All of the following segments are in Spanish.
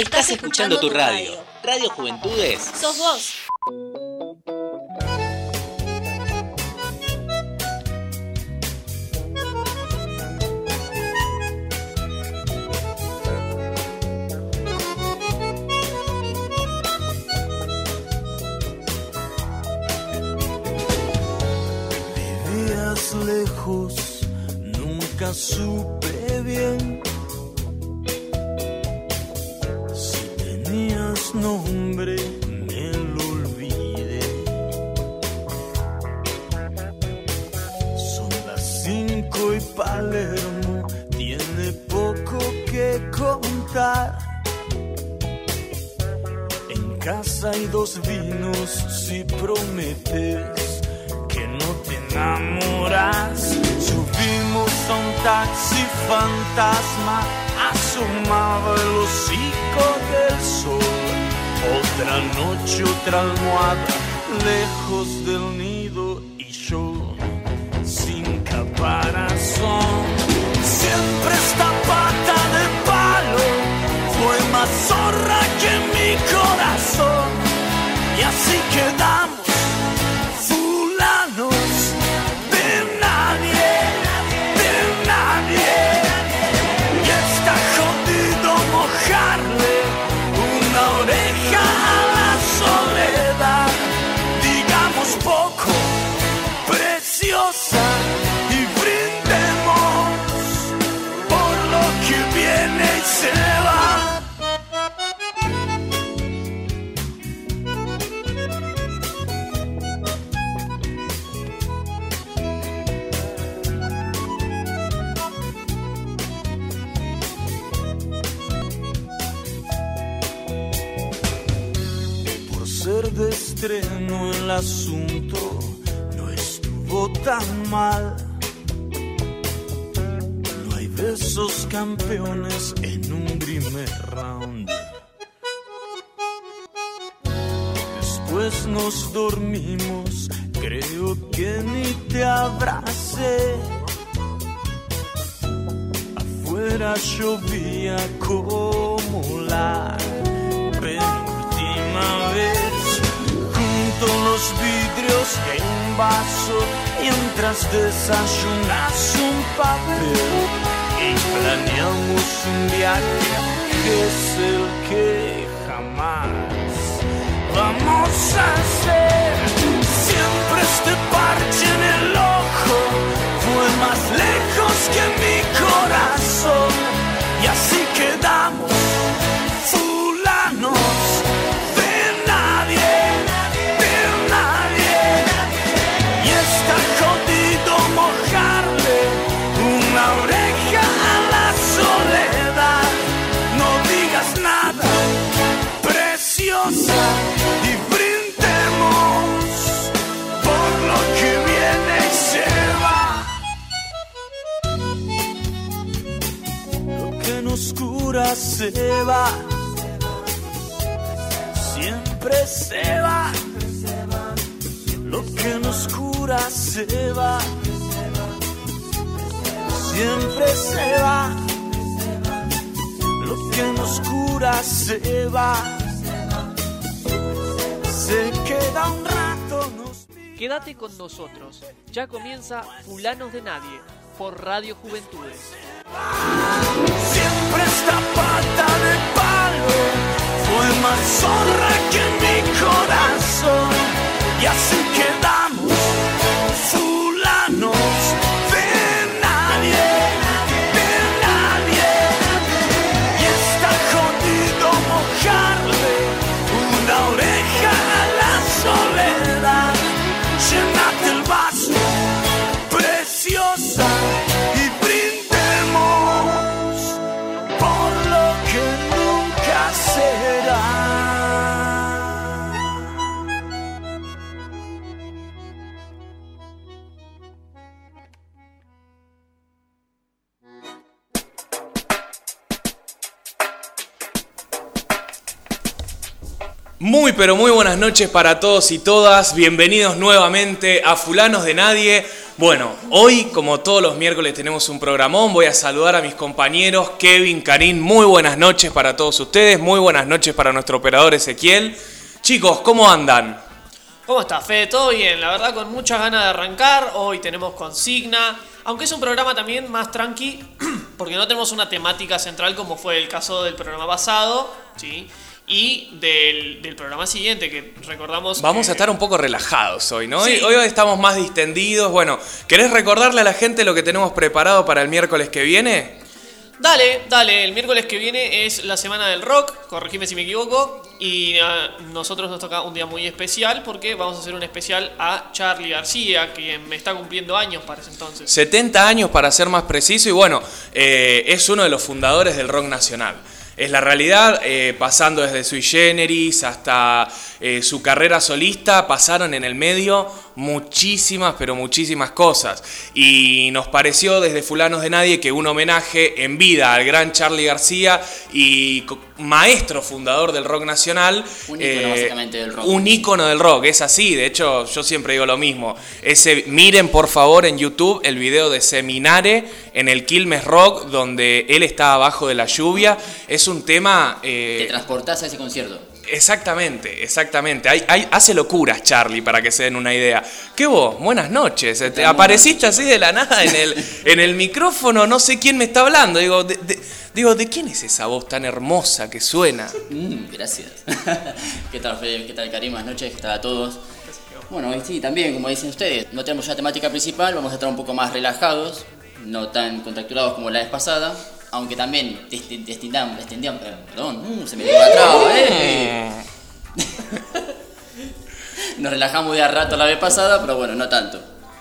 Estás escuchando tu radio. Radio Juventudes. Sos vos. Vivías lejos, nunca supe bien si tenías nombre, me lo olvidé. Son las 5 y Palermo tiene poco que contar. En casa hay 2 vinos si prometes que no te enamoras. Subimos a un taxi fantasma, asomaba el hocico del sol. Otra noche, otra almohada, lejos del nido y yo sin caparazón. Siempre esta pata de palo fue más zorra que mi corazón. Y así quedamos de nadie, de nadie. Y está jodido mojarle una oreja a la soledad. Digamos poco, preciosa, y brindemos por lo que viene y se va. De estreno el asunto no estuvo tan mal. No hay besos campeones en un primer round. Después nos dormimos, creo que ni te abracé. Afuera llovía como la penúltima vez. Los vidrios en un vaso, mientras desayunas un papel y planeamos un viaje que es el que jamás vamos a hacer. Siempre este parche en el ojo fue más lejos que mi corazón. Y así quedamos fulanos de nadie. Mojarle una oreja a la soledad. No digas nada, preciosa, y brindemos por lo que viene y se va. Lo que nos cura se va, siempre se va. Lo que nos cura se va, siempre se va. Lo que nos cura se va, se queda un rato. Quédate con nosotros, ya comienza Fulanos de Nadie por Radio Juventudes. Siempre esta pata de palo fue más zorra que mi corazón. Y así quedamos fulanos de nadie, de nadie. Y está jodido mojarle una oreja a la soledad. Llenate el vaso, preciosa, y brindemos por lo que nunca será. Muy pero muy buenas noches para todos y todas, bienvenidos nuevamente a Fulanos de Nadie, Bueno, hoy, como todos los miércoles, tenemos un programón. Voy a saludar a mis compañeros Kevin, Karim. Muy buenas noches para todos ustedes. Muy buenas noches para nuestro operador Ezequiel. Chicos, ¿cómo andan? ¿Cómo está, Fede? ¿Todo bien? La verdad, con muchas ganas de arrancar. Hoy tenemos consigna, aunque es un programa también más tranqui, porque no tenemos una temática central como fue el caso del programa pasado, ¿sí? Y del programa siguiente, que recordamos... Vamos a estar un poco relajados hoy, ¿no? Sí. Hoy estamos más distendidos. Bueno, ¿querés recordarle a la gente lo que tenemos preparado para el miércoles que viene? Dale, el miércoles que viene es la Semana del Rock, corregime si me equivoco, y a nosotros nos toca un día muy especial porque vamos a hacer un especial a Charly García, quien me está cumpliendo años para ese entonces. 70 años para ser más preciso y bueno, es uno de los fundadores del rock nacional. Es la realidad, pasando desde Sui Generis hasta su carrera solista, pasaron en el medio muchísimas, pero muchísimas cosas. Y nos pareció desde Fulanos de Nadie que un homenaje en vida al gran Charly García y maestro fundador del rock nacional. Un ícono básicamente del rock. Un ícono del rock, es así. De hecho, yo siempre digo lo mismo. Miren por favor en YouTube el video de Seminare en el Quilmes Rock, donde él está abajo de la lluvia. Es un tema... Te transportás a ese concierto. Exactamente. Hace locuras Charly, para que se den una idea. ¿Qué vos? Buenas noches. Apareciste así de la nada en el micrófono, no sé quién me está hablando. Digo, ¿de quién es esa voz tan hermosa que suena? Gracias. ¿Qué tal, Fede? ¿Qué tal, Karim? Buenas noches, ¿qué tal a todos? Bueno, hoy sí, también, como dicen ustedes, no tenemos una temática principal, vamos a estar un poco más relajados, no tan contracturados como la vez pasada. Aunque también se me dio la traba, Nos relajamos de a rato la vez pasada, pero bueno, no tanto.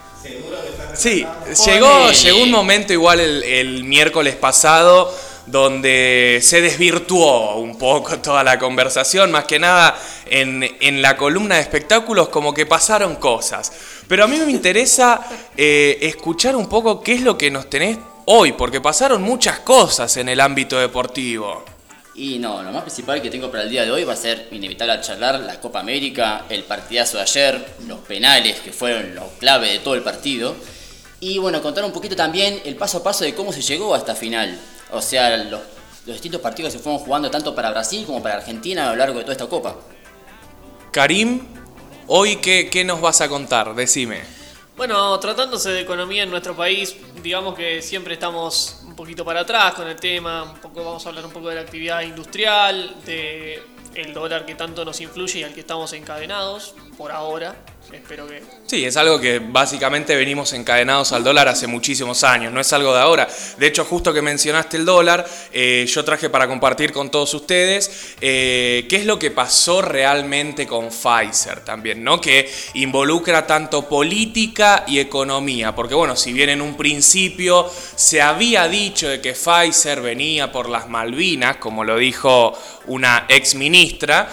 Sí, llegó un momento igual el miércoles pasado donde se desvirtuó un poco toda la conversación, más que nada en la columna de espectáculos como que pasaron cosas. Pero a mí me interesa escuchar un poco qué es lo que nos tenés hoy, porque pasaron muchas cosas en el ámbito deportivo. Y no, lo más principal que tengo para el día de hoy va a ser inevitable charlar la Copa América, el partidazo de ayer, los penales que fueron lo clave de todo el partido. Y bueno, contar un poquito también el paso a paso de cómo se llegó a esta final. O sea, los distintos partidos que se fueron jugando tanto para Brasil como para Argentina a lo largo de toda esta Copa. Karim, hoy ¿qué nos vas a contar? Decime. Bueno, tratándose de economía en nuestro país, digamos que siempre estamos un poquito para atrás con el tema, vamos a hablar un poco de la actividad industrial, de el dólar que tanto nos influye y al que estamos encadenados, por ahora, espero que... Sí, es algo que básicamente venimos encadenados al dólar hace muchísimos años, no es algo de ahora. De hecho, justo que mencionaste el dólar, yo traje para compartir con todos ustedes qué es lo que pasó realmente con Pfizer también, ¿no? Que involucra tanto política y economía, porque bueno, si bien en un principio se había dicho de que Pfizer venía por las Malvinas, como lo dijo una ex ministra,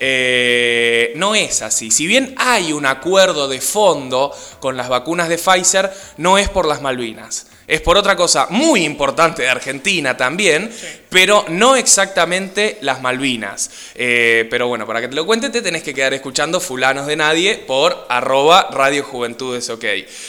no es así. Si bien hay un acuerdo de fondo con las vacunas de Pfizer, no es por las Malvinas. Es por otra cosa muy importante de Argentina también, sí, pero no exactamente las Malvinas. Pero bueno, para que te lo cuente te tenés que quedar escuchando Fulanos de Nadie por @Radio Juventudes OK.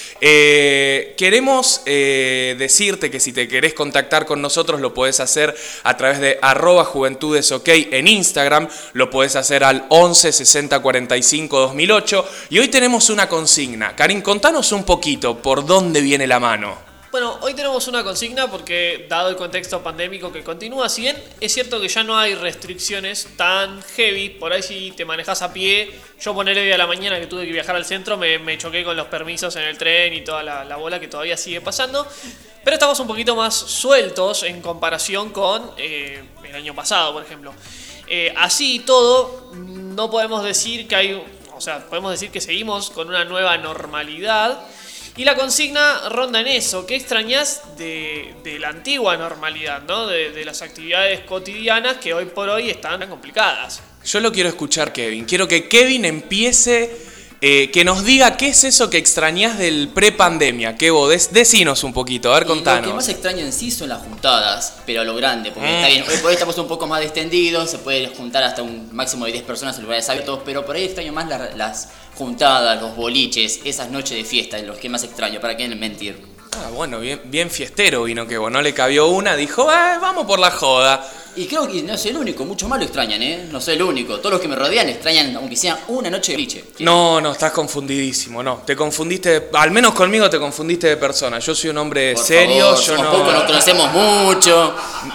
Queremos decirte que si te querés contactar con nosotros lo podés hacer a través de @Juventudes OK en Instagram, lo podés hacer al 11 60 45 2008 y hoy tenemos una consigna. Karim, contanos un poquito por dónde viene la mano. Bueno, hoy tenemos una consigna porque, dado el contexto pandémico que continúa, si bien es cierto que ya no hay restricciones tan heavy, por ahí si te manejas a pie, yo ponerle hoy a la mañana que tuve que viajar al centro, me choqué con los permisos en el tren y toda la bola que todavía sigue pasando, pero estamos un poquito más sueltos en comparación con el año pasado, por ejemplo. Así y todo, no podemos decir que podemos decir que seguimos con una nueva normalidad. Y la consigna ronda en eso. ¿Qué extrañas de la antigua normalidad, ¿no? De las actividades cotidianas que hoy por hoy están tan complicadas? Yo lo quiero escuchar, Kevin. Quiero que Kevin empiece que nos diga qué es eso que extrañás del pre-pandemia. Que vos, decinos un poquito, a ver, contanos. Lo que más extraño en sí son las juntadas, pero a lo grande, porque está bien, hoy por hoy estamos un poco más distendidos, se puede juntar hasta un máximo de 10 personas en lugares abiertos, pero por ahí extraño más las juntadas, los boliches, esas noches de fiesta, los que más extraño, ¿para qué mentir? Ah, bueno, bien fiestero vino que vos, no le cabió una, dijo, vamos por la joda. Y creo que no soy el único, muchos más lo extrañan, no soy el único. Todos los que me rodean extrañan, aunque sea una noche de boliche. No, estás confundidísimo, no. Te confundiste, al menos conmigo te confundiste de persona. Yo soy un hombre Por serio, favor, yo somos no. pocos, nos conocemos mucho.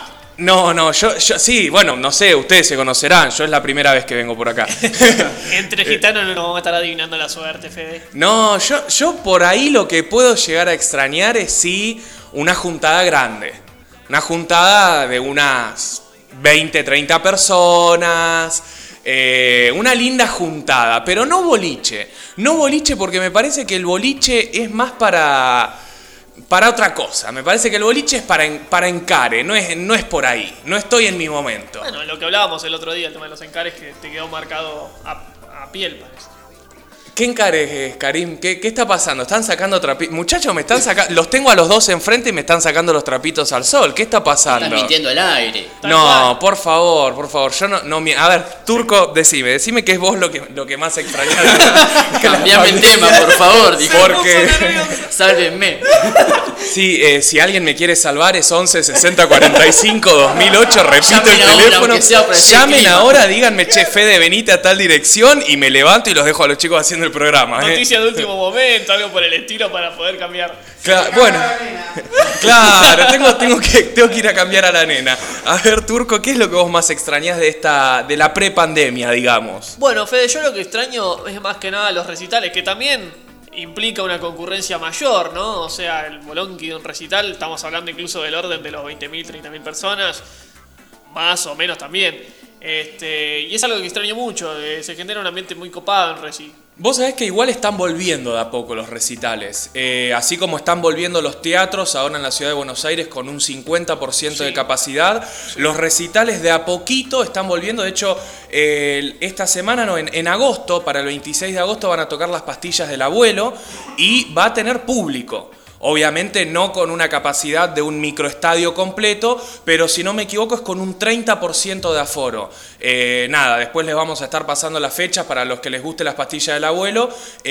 No, yo sí, bueno, no sé, ustedes se conocerán, yo es la primera vez que vengo por acá. Entre gitanos no vamos a estar adivinando la suerte, Fede. No, yo por ahí lo que puedo llegar a extrañar es sí una juntada grande. Una juntada de unas 20, 30 personas. Una linda juntada, pero no boliche. No boliche porque me parece que el boliche es más para otra cosa. Me parece que el boliche es para encare, no es por ahí. No estoy en mi momento. Bueno, lo que hablábamos el otro día, el tema de los encares, que te quedó marcado a piel, parece. ¿Qué encares, Karim? ¿Qué está pasando? ¿Están sacando trapitos? Muchachos, me están sacando. Los tengo a los dos enfrente y me están sacando los trapitos al sol. ¿Qué está pasando? Estás mintiendo al aire. No, por favor. Yo no. A ver, Turco, decime que es vos lo que más extrañás. Cambiame el tema, por favor. Porque. Sálvenme. Sí, si alguien me quiere salvar es 11 60 45 2008. Repito Llamen el ahora, teléfono. aunque sea para decir Llamen clima. ahora, díganme, che, Fede, venite a tal dirección y me levanto y los dejo a los chicos haciendo el programa. Noticia de último momento, algo por el estilo para poder cambiar. Bueno, claro, tengo que ir a cambiar a la nena. A ver, Turco, ¿qué es lo que vos más extrañás de la prepandemia, digamos? Bueno, Fede, yo lo que extraño es más que nada los recitales, que también implica una concurrencia mayor, ¿no? O sea, el bolonqui de un recital, estamos hablando incluso del orden de los 20.000, 30.000 personas, más o menos también. Y es algo que extraño mucho, se genera un ambiente muy copado en reci. Vos sabés que igual están volviendo de a poco los recitales, así como están volviendo los teatros ahora en la ciudad de Buenos Aires con un 50% de capacidad, los recitales de a poquito están volviendo. De hecho, esta semana, en agosto, para el 26 de agosto van a tocar Las Pastillas del Abuelo y va a tener público. Obviamente no con una capacidad de un microestadio completo, pero si no me equivoco es con un 30% de aforo. Después les vamos a estar pasando las fechas para los que les guste Las Pastillas del Abuelo.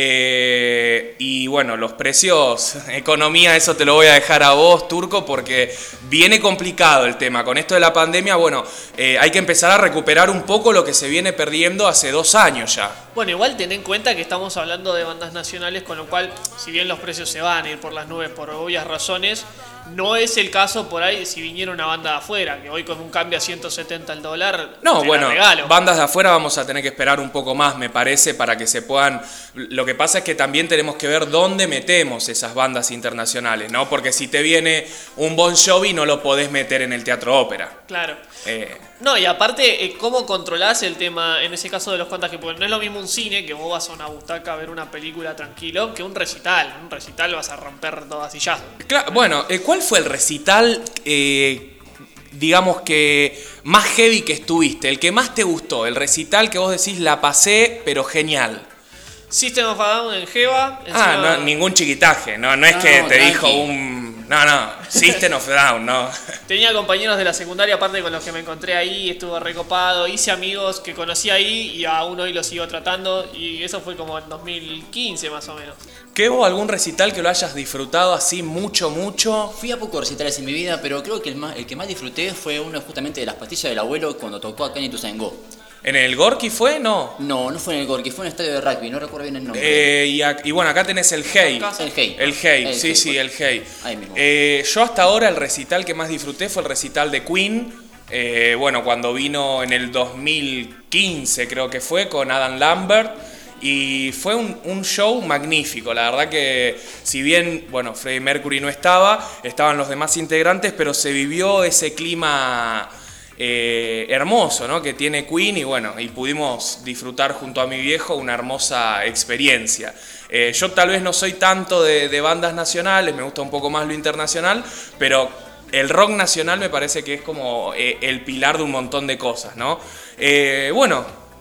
Y bueno, los precios, economía, eso te lo voy a dejar a vos, Turco, porque viene complicado el tema. Con esto de la pandemia, bueno, hay que empezar a recuperar un poco lo que se viene perdiendo hace 2 años ya. Bueno, igual ten en cuenta que estamos hablando de bandas nacionales, con lo cual, si bien los precios se van a ir por las nubes por obvias razones, no es el caso por ahí si viniera una banda de afuera, que hoy con un cambio a 170 el dólar, No, te bueno, la regalo. bandas de afuera vamos a tener que esperar un poco más, me parece, para que se puedan. Lo que pasa es que también tenemos que ver dónde metemos esas bandas internacionales, ¿no? Porque si te viene un Bon Jovi no lo podés meter en el Teatro Ópera. Claro. No, y aparte, ¿cómo controlás el tema en ese caso de los contagios? Porque no es lo mismo un cine, que vos vas a una butaca a ver una película tranquilo, que un recital. En un recital vas a romper todas y ya. Claro, bueno, ¿cuál fue el recital, digamos que más heavy que estuviste? El que más te gustó, el recital que vos decís la pasé, pero genial. System of a Down en Jeva. No, ningún chiquitaje, no es que te tranqui. dijo No, System of a Down, no. Tenía compañeros de la secundaria, aparte con los que me encontré ahí, estuvo recopado, hice amigos que conocí ahí y aún hoy los sigo tratando, y eso fue como en 2015 más o menos. ¿Qué hubo algún recital que lo hayas disfrutado así mucho? Fui a pocos recitales en mi vida, pero creo que el que más disfruté fue uno justamente de Las Pastillas del Abuelo cuando tocó acá en Ituzaingó. ¿En el Gorky fue? No. No fue en el Gorky, fue en un estadio de rugby, no recuerdo bien el nombre. Y bueno, acá tenés el Hey. El Hey. El Hey, sí, pues. el Hey. Ahí mismo. Yo hasta ahora el recital que más disfruté fue el recital de Queen. Bueno, cuando vino en el 2015 creo que fue, con Adam Lambert. Y fue un show magnífico, la verdad que si bien, bueno, Freddie Mercury no estaban los demás integrantes, pero se vivió ese clima hermoso, ¿no? Que tiene Queen, y bueno, y pudimos disfrutar junto a mi viejo una hermosa experiencia. Yo tal vez no soy tanto de bandas nacionales, me gusta un poco más lo internacional, pero el rock nacional me parece que es como el pilar de un montón de cosas, ¿no? Bueno,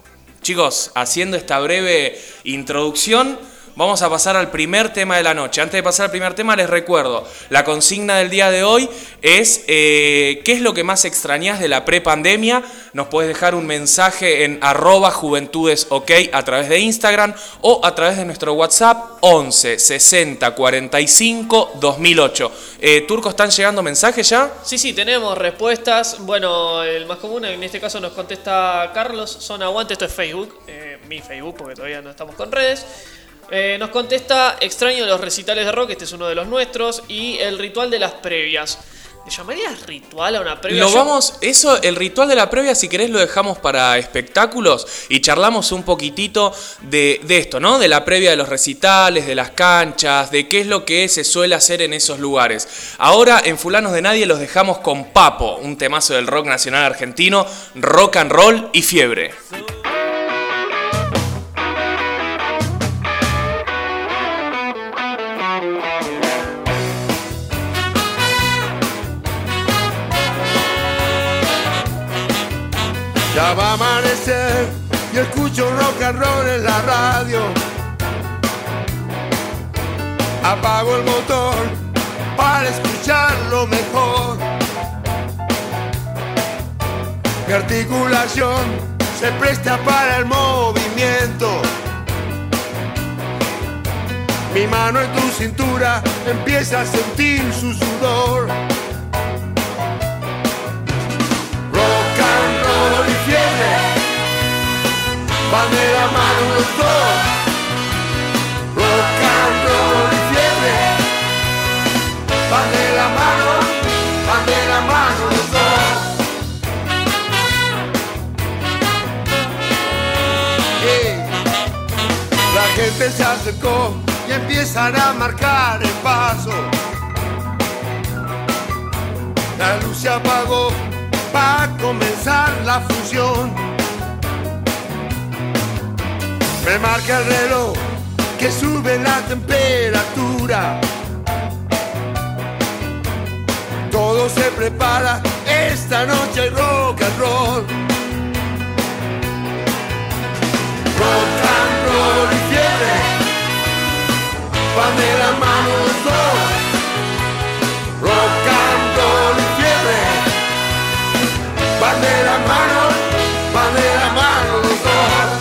Chicos, haciendo esta breve introducción, vamos a pasar al primer tema de la noche. Antes de pasar al primer tema, les recuerdo, la consigna del día de hoy es ¿qué es lo que más extrañás de la prepandemia? Nos puedes dejar un mensaje en @juventudesok a través de Instagram o a través de nuestro WhatsApp 11 60 45 2008. Turco, ¿están llegando mensajes ya? Sí, tenemos respuestas. Bueno, el más común en este caso nos contesta Carlos, Zona Aguante, esto es Facebook, mi Facebook porque todavía no estamos con redes. Nos contesta, extraño los recitales de rock, este es uno de los nuestros, y el ritual de las previas. ¿Le llamarías ritual a una previa? El ritual de la previa, si querés, lo dejamos para espectáculos y charlamos un poquitito de esto, ¿no? De la previa de los recitales, de las canchas, de qué es lo que se suele hacer en esos lugares. Ahora, en Fulanos de Nadie, los dejamos con Papo, un temazo del rock nacional argentino, rock and roll y fiebre. Ya va a amanecer y escucho rock and roll en la radio. Apago el motor para escucharlo mejor. Mi articulación se presta para el movimiento. Mi mano en tu cintura empieza a sentir su sudor. Rock and roll y fiebre van de la mano los dos. Rock and roll y fiebre van de la mano los dos. Hey. La gente se acercó y empiezan a marcar el paso. La luz se apagó para comenzar la función. Me marca el reloj que sube la temperatura. Todo se prepara, esta noche hay rock and roll. Rock and roll y fiebre van de la mano los dos. Rock and roll y fiebre van de la mano los dos.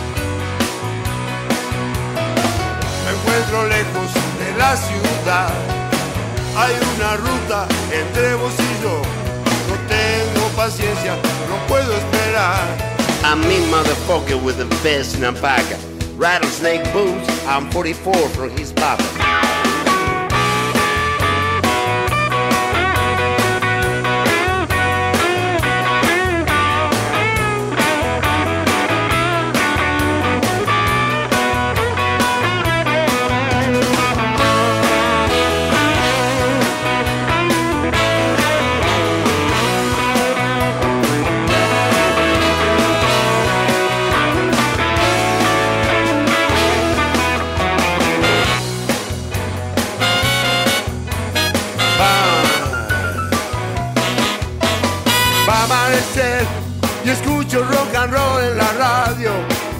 Me encuentro lejos de la ciudad. Hay una ruta entre vos y yo. No tengo paciencia, no puedo esperar. I'm me motherfucker with the best in a pack. Rattlesnake boots, I'm 44 from his papa. Y escucho rock and roll en la radio.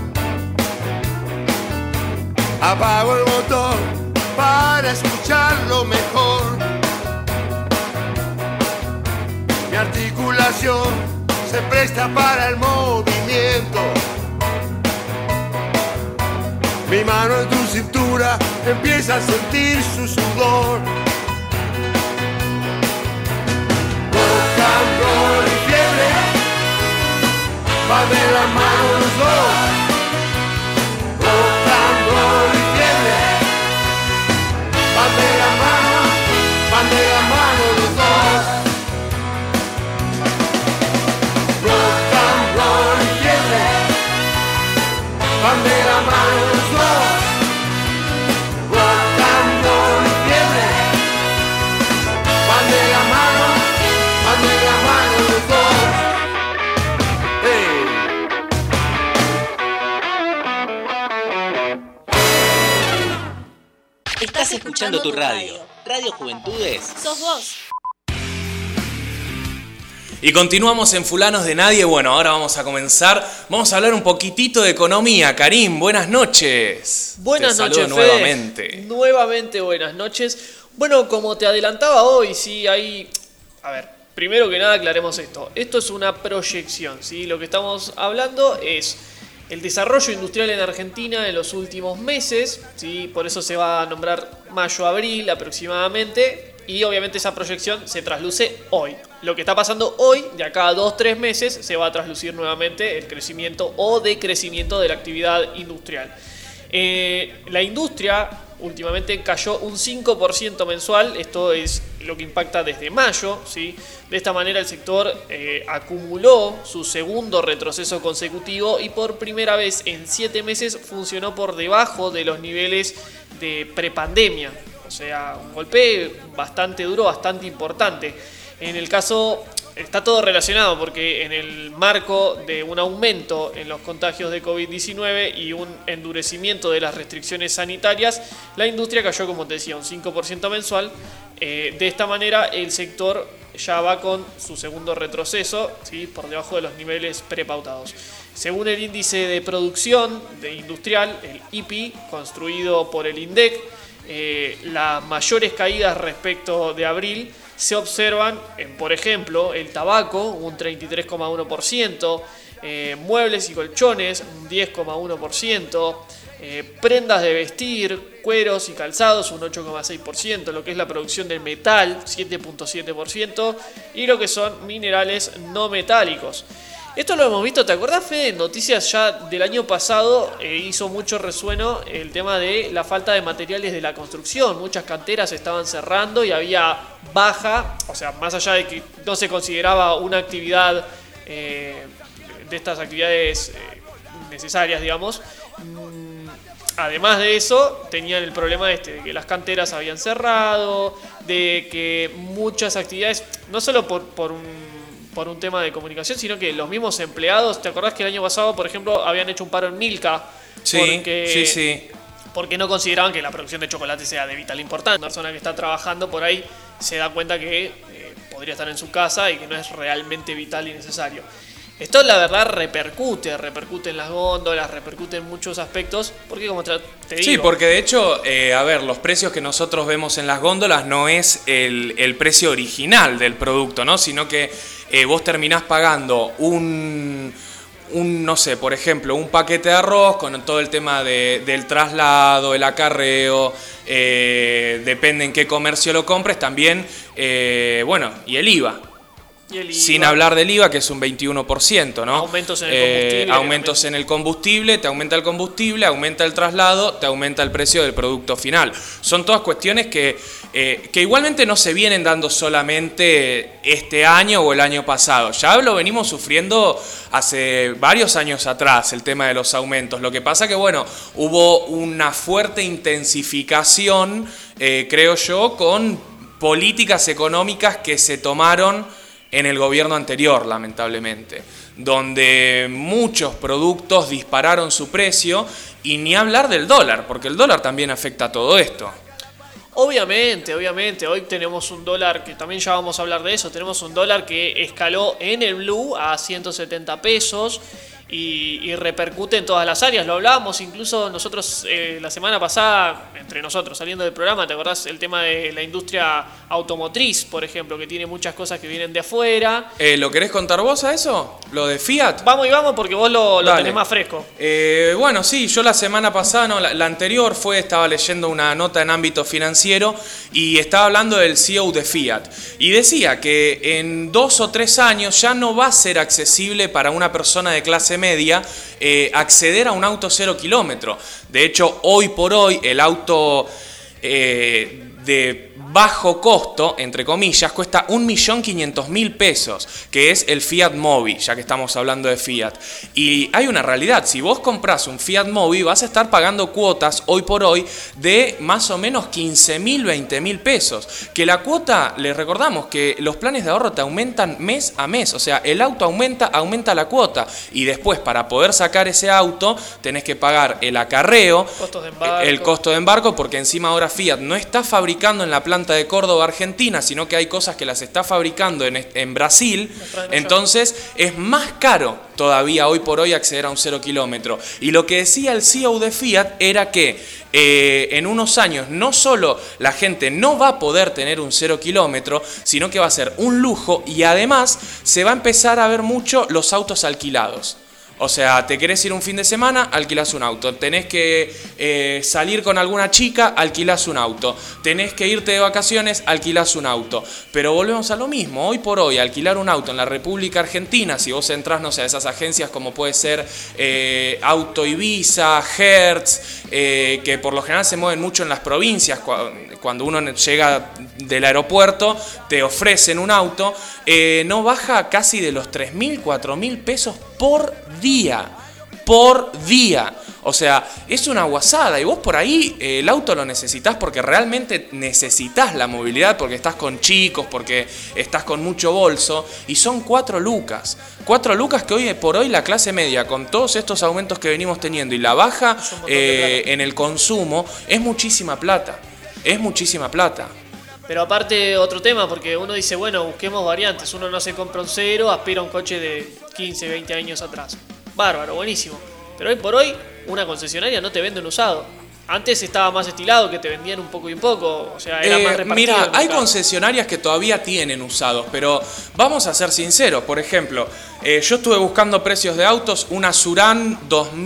Apago el motor para escucharlo mejor. Mi articulación se presta para el movimiento. Mi mano en tu cintura empieza a sentir su sudor. Rock and roll y fiebre van de la mano los dos. Rock and roll y fiebre van de la mano los dos. Rock and roll y fiebre van de la mano los dos. Rock and roll y fiebre van de la mano los dos. Estás escuchando tu radio. Radio Juventudes. Sos vos. Y continuamos en Fulanos de Nadie. Bueno, ahora vamos a comenzar. Vamos a hablar un poquitito de economía. Karim, buenas noches. Buenas te noches, saludo Fede. nuevamente. Nuevamente buenas noches. Bueno, como te adelantaba hoy, sí, hay... A ver, primero que nada aclaremos esto. Esto es una proyección, ¿sí? Lo que estamos hablando es el desarrollo industrial en Argentina en los últimos meses, ¿sí? Por eso se va a nombrar mayo-abril aproximadamente. Y obviamente esa proyección se trasluce hoy. Lo que está pasando hoy, de acá a 2-3 meses, se va a traslucir nuevamente el crecimiento o decrecimiento de la actividad industrial. La industria últimamente cayó un 5% mensual, esto es lo que impacta desde mayo, ¿sí? De esta manera el sector acumuló su segundo retroceso consecutivo y por primera vez en 7 meses funcionó por debajo de los niveles de prepandemia. O sea, un golpe bastante duro, bastante importante. En el caso, está todo relacionado porque en el marco de un aumento en los contagios de COVID-19 y un endurecimiento de las restricciones sanitarias, la industria cayó, como te decía, un 5% mensual. De esta manera, el sector ya va con su segundo retroceso, ¿sí? Por debajo de los niveles prepautados. Según el índice de producción industrial, el IPI, construido por el INDEC, las mayores caídas respecto de abril se observan en, por ejemplo, el tabaco, un 33,1%, muebles y colchones, un 10,1%, prendas de vestir, cueros y calzados, un 8,6%, lo que es la producción del metal, 7,7%, y lo que son minerales no metálicos. Esto lo hemos visto, ¿te acordás, Fede? En noticias ya del año pasado hizo mucho resueno el tema de la falta de materiales de la construcción. Muchas canteras estaban cerrando y había baja, o sea, más allá de que no se consideraba una actividad de estas actividades necesarias, digamos. Además de eso, tenían el problema de que las canteras habían cerrado, de que muchas actividades, no solo por un tema de comunicación, sino que los mismos empleados, ¿te acordás que el año pasado, por ejemplo, habían hecho un paro en Milka? Sí. Porque no consideraban que la producción de chocolate sea de vital importancia. Una persona que está trabajando por ahí se da cuenta que podría estar en su casa y que no es realmente vital y necesario. Esto, la verdad, repercute en las góndolas, repercute en muchos aspectos, porque como te digo... Sí, porque de hecho, a ver, los precios que nosotros vemos en las góndolas no es el precio original del producto, ¿no? Sino que vos terminás pagando no sé, por ejemplo, un paquete de arroz con todo el tema del traslado, el acarreo, depende en qué comercio lo compres, también, bueno, y el IVA. Sin hablar del IVA, que es un 21%, ¿no? Aumentos en el combustible. Aumentos en el combustible, te aumenta el combustible, aumenta el traslado, te aumenta el precio del producto final. Son todas cuestiones que igualmente no se vienen dando solamente este año o el año pasado. Ya lo venimos sufriendo hace varios años atrás, el tema de los aumentos. Lo que pasa que, bueno, hubo una fuerte intensificación, creo yo, con políticas económicas que se tomaron en el gobierno anterior, lamentablemente, donde muchos productos dispararon su precio, y ni hablar del dólar, porque el dólar también afecta a todo esto. Obviamente, hoy tenemos un dólar, que también ya vamos a hablar de eso, tenemos un dólar que escaló en el blue a 170 pesos y repercute en todas las áreas. Lo hablábamos incluso nosotros la semana pasada, entre nosotros, saliendo del programa, ¿te acordás? El tema de la industria automotriz, por ejemplo, que tiene muchas cosas que vienen de afuera. ¿Lo querés contar vos a eso? ¿Lo de Fiat? Vamos porque vos lo tenés más fresco. Bueno, sí, yo la semana pasada, no, la anterior estaba leyendo una nota en ámbito financiero y estaba hablando del CEO de Fiat. Y decía que en 2 o 3 años ya no va a ser accesible para una persona de clase media acceder a un auto 0 kilómetro. De hecho, hoy por hoy el auto de bajo costo, entre comillas, cuesta 1.500.000 pesos, que es el Fiat Mobi, ya que estamos hablando de Fiat. Y hay una realidad, si vos comprás un Fiat Mobi vas a estar pagando cuotas hoy por hoy de más o menos 15.000, 20.000 pesos. Que la cuota, les recordamos que los planes de ahorro te aumentan mes a mes, o sea, el auto aumenta la cuota, y después para poder sacar ese auto tenés que pagar el acarreo, Costos de embarco. el costo de embarco, porque encima ahora Fiat no está fabricando en la planta de Córdoba, Argentina, sino que hay cosas que las está fabricando en Brasil. Entonces es más caro todavía hoy por hoy acceder a un 0 kilómetro. Y lo que decía el CEO de Fiat era que en unos años no solo la gente no va a poder tener un 0 kilómetro, sino que va a ser un lujo y además se va a empezar a ver mucho los autos alquilados. O sea, te querés ir un fin de semana, alquilás un auto. Tenés que salir con alguna chica, alquilás un auto. Tenés que irte de vacaciones, alquilás un auto. Pero volvemos a lo mismo. Hoy por hoy, alquilar un auto en la República Argentina, si vos entrás, no sé, a esas agencias como puede ser Auto Ibiza, Hertz, que por lo general se mueven mucho en las provincias. Cuando uno llega del aeropuerto, te ofrecen un auto, no baja casi de los 3.000, 4.000 pesos por día. Por día. O sea, es una guasada. Y vos por ahí el auto lo necesitas porque realmente necesitas la movilidad, porque estás con chicos, porque estás con mucho bolso. Y son 4 lucas. 4 lucas que hoy por hoy la clase media, con todos estos aumentos que venimos teniendo y la baja en el consumo, es muchísima plata. Es muchísima plata. Pero aparte otro tema, porque uno dice, bueno, busquemos variantes. Uno no se compra un 0, aspira un coche de 15, 20 años atrás. Bárbaro, buenísimo. Pero hoy por hoy, una concesionaria no te vende un usado. Antes estaba más estilado, que te vendían un poco y un poco. O sea, era más repartido. Mira, hay concesionarias que todavía tienen usados, pero vamos a ser sinceros. Por ejemplo, yo estuve buscando precios de autos, una Surán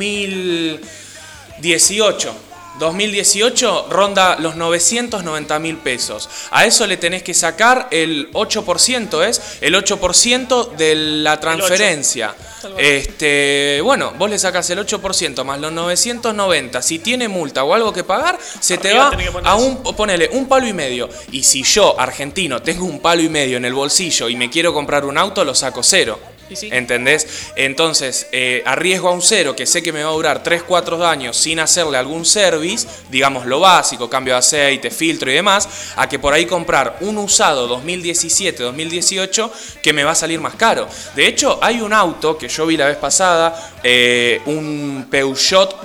2018 ronda los 990.000 pesos. A eso le tenés que sacar el 8%, el 8% de la transferencia. Bueno, vos le sacás el 8% más los 990. Si tiene multa o algo que pagar, se te va a ponele un palo y medio. Y si yo, argentino, tengo un palo y medio en el bolsillo y me quiero comprar un auto, lo saco 0. Sí. ¿Entendés? Entonces, arriesgo a un 0 que sé que me va a durar 3-4 años sin hacerle algún service, digamos lo básico, cambio de aceite, filtro y demás, a que por ahí comprar un usado 2017-2018 que me va a salir más caro. De hecho, hay un auto que yo vi la vez pasada, un Peugeot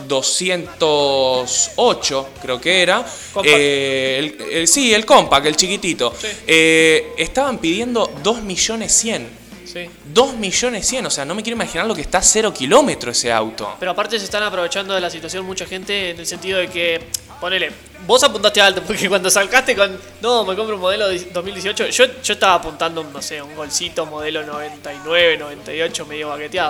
208, creo que era. El Compact, el chiquitito. Sí. Estaban pidiendo 2.100.000. Sí. 2.100.000, o sea, no me quiero imaginar lo que está a 0 kilómetros ese auto. Pero aparte se están aprovechando de la situación mucha gente en el sentido de que, ponele, vos apuntaste alto, porque cuando salcaste con, no, me compro un modelo 2018, yo estaba apuntando, no sé, un Golcito modelo 99, 98, medio baqueteado.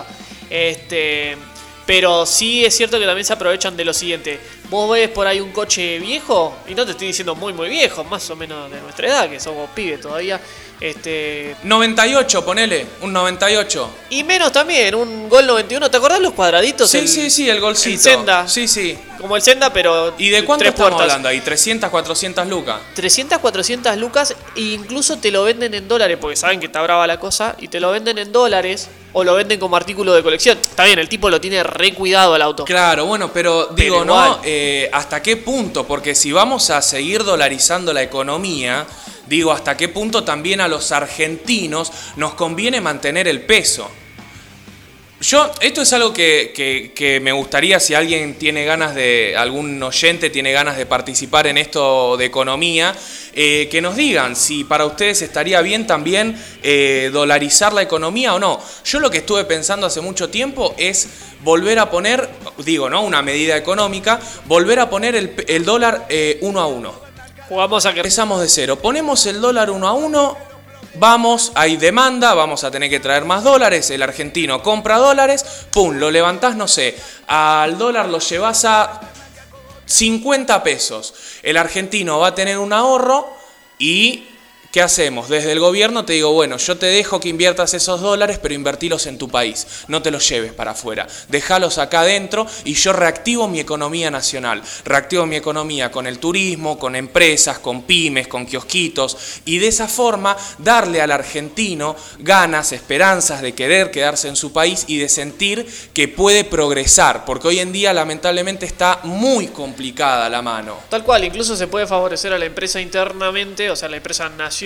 Pero sí es cierto que también se aprovechan de lo siguiente. Vos ves por ahí un coche viejo, y no te estoy diciendo muy muy viejo, más o menos de nuestra edad, que somos pibes todavía. 98, ponele, un 98. Y menos también, un Gol 91, ¿te acordás los cuadraditos? Sí, el Golcito. El Senda. Sí. Como el Senda, pero ¿y de cuánto estamos hablando ahí? 300, 400 lucas. 300, 400 lucas, e incluso te lo venden en dólares, porque saben que está brava la cosa, y te lo venden en dólares, o lo venden como artículo de colección. Está bien, el tipo lo tiene re cuidado el auto. Claro, bueno, pero digo, ¿no? ¿Hasta qué punto? Porque si vamos a seguir dolarizando la economía, digo, ¿hasta qué punto también a los argentinos nos conviene mantener el peso? Esto es algo que me gustaría, si alguien tiene ganas algún oyente tiene ganas de participar en esto de economía, que nos digan si para ustedes estaría bien también dolarizar la economía o no. Yo lo que estuve pensando hace mucho tiempo es volver a poner, una medida económica, volver a poner el dólar 1 a 1. Empezamos de 0, ponemos el dólar 1 a 1, hay demanda, vamos a tener que traer más dólares, el argentino compra dólares, pum, lo levantás, no sé, al dólar lo llevas a 50 pesos, el argentino va a tener un ahorro y ¿qué hacemos? Desde el gobierno te digo, bueno, yo te dejo que inviertas esos dólares, pero invertilos en tu país. No te los lleves para afuera. Déjalos acá adentro y yo reactivo mi economía nacional. Reactivo mi economía con el turismo, con empresas, con pymes, con kiosquitos. Y de esa forma darle al argentino ganas, esperanzas de querer quedarse en su país y de sentir que puede progresar. Porque hoy en día lamentablemente está muy complicada la mano. Tal cual, incluso se puede favorecer a la empresa internamente, o sea, la empresa nacional,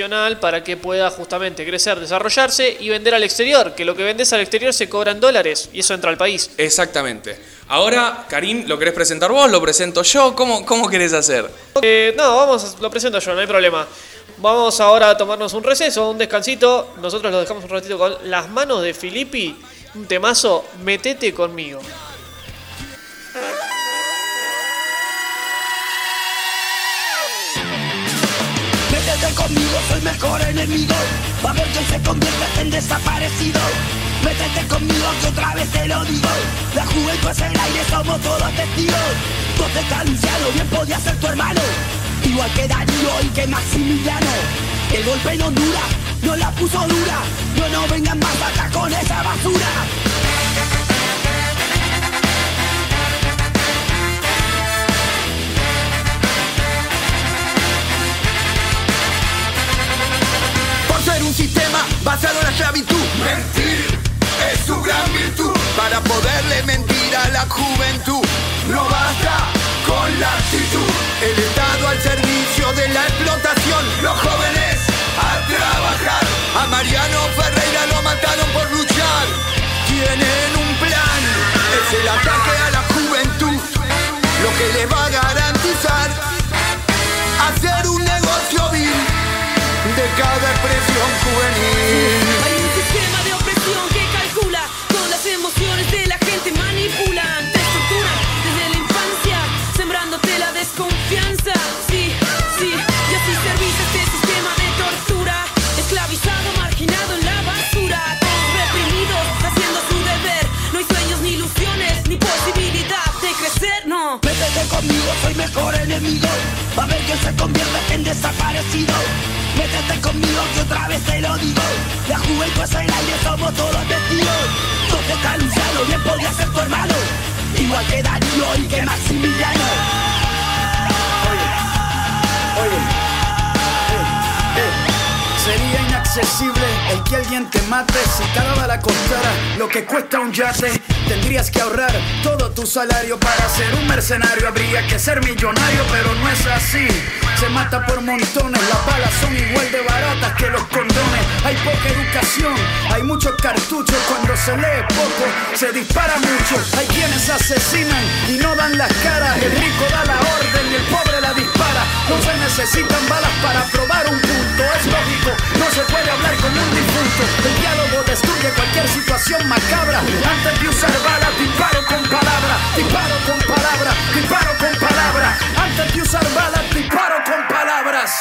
nacional para que pueda justamente crecer, desarrollarse y vender al exterior, que lo que vendes al exterior se cobra en dólares y eso entra al país. Exactamente. Ahora, Karim, ¿lo querés presentar vos? ¿Lo presento yo? ¿Cómo querés hacer? No, lo presento yo, no hay problema. Vamos ahora a tomarnos un receso, un descansito. Nosotros lo dejamos un ratito con Las Manos de Filippi, un temazo, Metete Conmigo. Métete conmigo, soy mejor enemigo. Va a ver que se convierte en desaparecido. Métete conmigo que otra vez te lo digo. La juventud es el aire, somos todos testigos. Vos estás Luciano, bien podía ser tu hermano. Igual que Darío y que Maximiliano. El golpe no dura, no la puso dura. No vengan más acá con esa basura. Por ser un sistema basado en la esclavitud. Mentir es su gran virtud. Para poderle mentir a la juventud. No basta con la actitud. El Estado al servicio de la explotación. Los jóvenes a trabajar. A Mariano Ferreira lo mataron por luchar. Tienen un plan. Es el ataque a la juventud. Lo que les va a garantizar hacer un negocio vil de cada expresión juvenil. Hay un sistema de opresión que calcula con las emociones de la gente, manipulan, te estructuran desde la infancia, sembrándote la desconfianza. Sí, y así servís a este sistema de tortura, esclavizado, marginado en la basura, todos reprimidos, haciendo su deber. No hay sueños ni ilusiones, ni posibilidad de crecer, no. Métete conmigo, soy mejor enemigo. Va a ver que se convierte en desaparecido. Métete conmigo que otra vez te lo digo. La juventud es el aire, somos todos testigos. ¿Dónde está Luciano? Bien podría ser tu hermano. Igual que Darío y que Maximiliano. Sería inaccesible el que alguien te mate. Si cada bala costara lo que cuesta un yate, tendrías que ahorrar todo tu salario para ser un mercenario. Habría que ser millonario, pero no es así. Se mata por montones, las balas son igual de baratas que los condones. Hay poca educación, hay muchos cartuchos. Cuando se lee poco, se dispara mucho. Hay quienes asesinan y no dan las caras. El rico da la orden y el pobre la dispara. No se necesitan balas para probar un punto. Es lógico, no se puede hablar con un difunto. El diálogo destruye cualquier situación macabra. Antes de usar balas, disparo con palabra. Disparo con palabra, disparo con palabra. Antes de usar balas, disparo con palabras.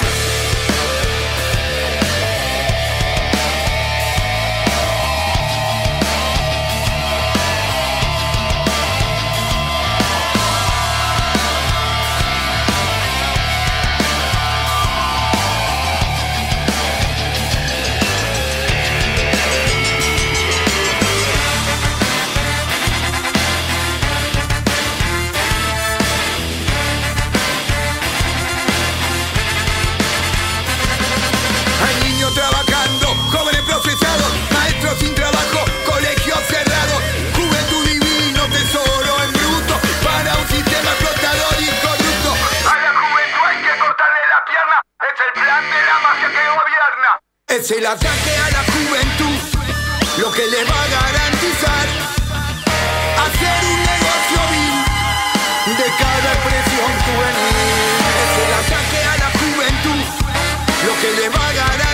Trabajando, jóvenes procesados, maestros sin trabajo, colegios cerrados, juventud divino, tesoro en bruto, para un sistema explotador y corrupto. A la juventud hay que cortarle la pierna, es el plan de la mafia que gobierna. Es el ataque a la juventud, lo que le va a garantizar hacer un negocio vil de cada expresión juvenil. Es el ataque a la juventud, lo que le va a garantizar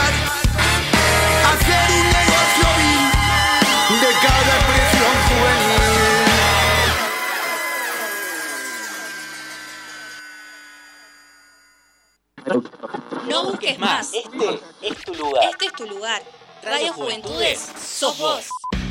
hacer un negocio vil de cada expresión juvenil. No busques más. Este es tu lugar. Este es tu lugar. Radio Juventudes, sos vos.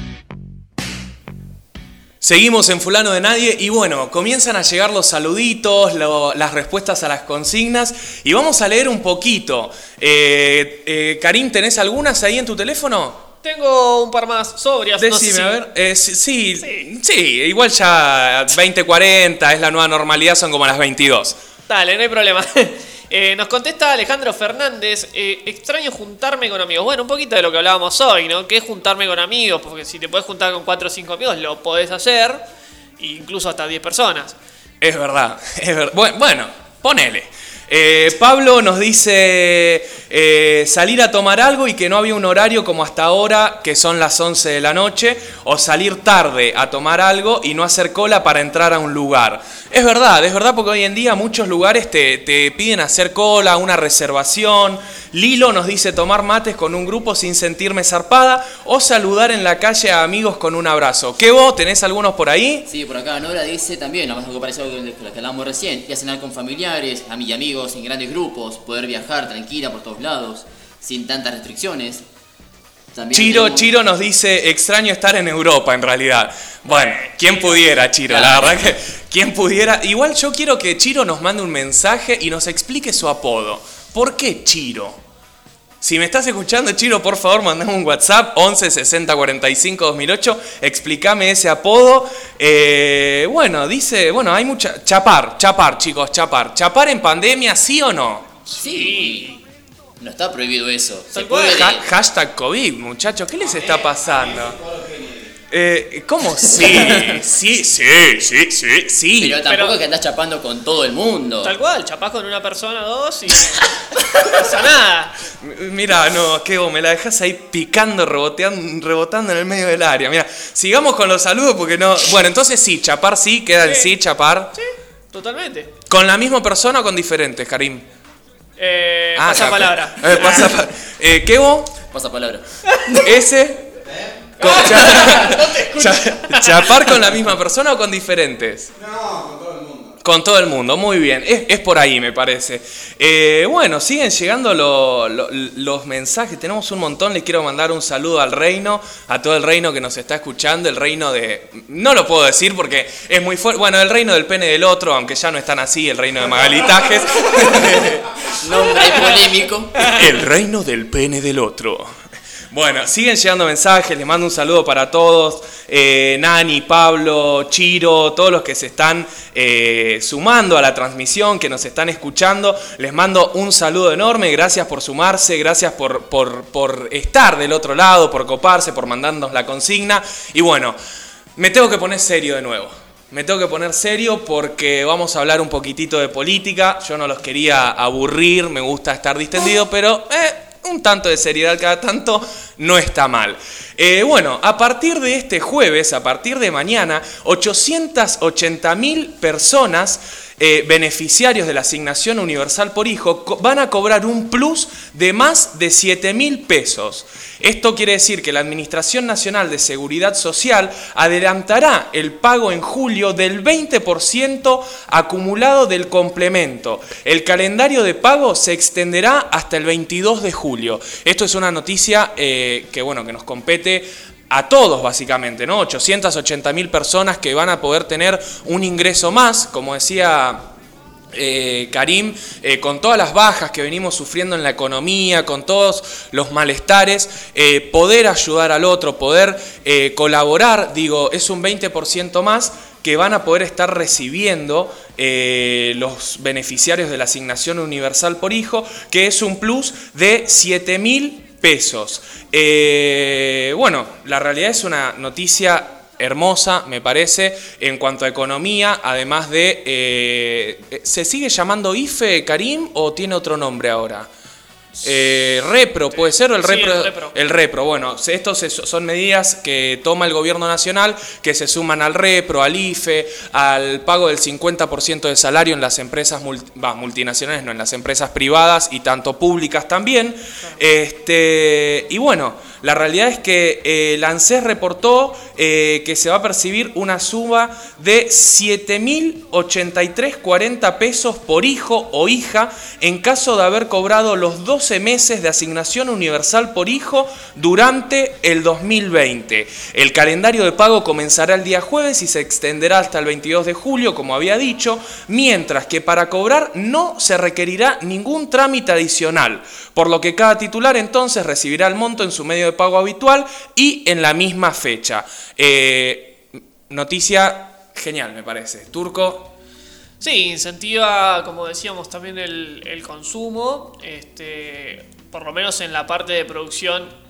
Seguimos en Fulano de Nadie y bueno, comienzan a llegar los saluditos, las respuestas a las consignas y vamos a leer un poquito. Karim, ¿tenés algunas ahí en tu teléfono? Tengo un par más sobrias. Decime, no sé si... a ver. Sí, igual ya 20:40 es la nueva normalidad, son como las 22. Dale, no hay problema. Nos contesta Alejandro Fernández, extraño juntarme con amigos. Bueno, un poquito de lo que hablábamos hoy, ¿no? ¿Qué es juntarme con amigos? Porque si te podés juntar con 4 o 5 amigos, lo podés hacer, incluso hasta 10 personas. Es verdad. Bueno, ponele. Pablo nos dice salir a tomar algo y que no había un horario como hasta ahora, que son las 11 de la noche, o salir tarde a tomar algo y no hacer cola para entrar a un lugar. Es verdad porque hoy en día muchos lugares te piden hacer cola, una reservación. Lilo nos dice tomar mates con un grupo sin sentirme zarpada o saludar en la calle a amigos con un abrazo. ¿Qué vos? ¿Tenés algunos por ahí? Sí, por acá Nora dice también, algo parecido a lo que hablamos recién, ir a cenar con familiares, amigos en grandes grupos, poder viajar tranquila por todos lados, sin tantas restricciones. También Chiro nos dice, extraño estar en Europa en realidad. Bueno, ¿quién pudiera, Chiro? Claro. La verdad que, ¿quién pudiera? Igual yo quiero que Chiro nos mande un mensaje y nos explique su apodo. ¿Por qué Chiro? Si me estás escuchando, Chiro, por favor, mandame un WhatsApp, 11 60 45 2008, explícame ese apodo. Hay mucha... Chapar, chicos, chapar. ¿Chapar en pandemia, sí o no? Sí. No está prohibido eso. Hashtag COVID, muchachos, ¿qué les está pasando? ¿Cómo? Sí. Pero tampoco es que andás chapando con todo el mundo. Tal cual, chapás con una persona, dos y no pasa nada. Mira, no, que vos me la dejás ahí picando, rebotando en el medio del área. Mira, sigamos con los saludos porque no... Bueno, entonces sí, chapar sí, queda el sí, chapar. Sí, totalmente. ¿Con la misma persona o con diferentes, Karim? Pasa palabra. ¿Qué vos? Pasa palabra. Ese... ¿Chapar con la misma persona o con diferentes? No, con todo el mundo. Con todo el mundo, muy bien. Es por ahí, me parece. Siguen llegando los mensajes. Tenemos un montón. Les quiero mandar un saludo al reino, a todo el reino que nos está escuchando. El reino de... No lo puedo decir porque es muy fuerte. Bueno, el reino del pene del otro, aunque ya no están así. El reino de Magalitajes. Nombre polémico. El reino del pene del otro. Bueno, siguen llegando mensajes, les mando un saludo para todos, Nani, Pablo, Chiro, todos los que se están sumando a la transmisión, que nos están escuchando, les mando un saludo enorme, gracias por sumarse, gracias por estar del otro lado, por coparse, por mandarnos la consigna, y bueno, me tengo que poner serio de nuevo. Me tengo que poner serio porque vamos a hablar un poquitito de política, yo no los quería aburrir, me gusta estar distendido, pero... un tanto de seriedad cada tanto no está mal. A partir de este jueves, a partir de mañana, 880.000 personas, beneficiarios de la asignación universal por hijo, van a cobrar un plus de más de 7.000 pesos. Esto quiere decir que la Administración Nacional de Seguridad Social adelantará el pago en julio del 20% acumulado del complemento. El calendario de pago se extenderá hasta el 22 de julio. Esto es una noticia que nos compete a todos básicamente, ¿no? 880.000 personas que van a poder tener un ingreso más, como decía... Karim, con todas las bajas que venimos sufriendo en la economía, con todos los malestares, poder ayudar al otro, poder colaborar, es un 20% más que van a poder estar recibiendo los beneficiarios de la asignación universal por hijo, que es un plus de 7.000 pesos. La realidad es una noticia hermosa, me parece, en cuanto a economía, además de... ¿se sigue llamando IFE, Karim, o tiene otro nombre ahora? Repro, ¿puede ser? El repro. El repro, bueno, estos son medidas que toma el gobierno nacional que se suman al repro, al IFE, al pago del 50% de salario en las empresas multinacionales, no, en las empresas privadas y tanto públicas también. La realidad es que el ANSES reportó que se va a percibir una suma de 7.083.40 pesos por hijo o hija en caso de haber cobrado los 12 meses de asignación universal por hijo durante el 2020. El calendario de pago comenzará el día jueves y se extenderá hasta el 22 de julio, como había dicho, mientras que para cobrar no se requerirá ningún trámite adicional, por lo que cada titular entonces recibirá el monto en su medio de pago habitual y en la misma fecha. Noticia genial, me parece. Turco. Sí, incentiva, como decíamos, también el consumo, por lo menos en la parte de producción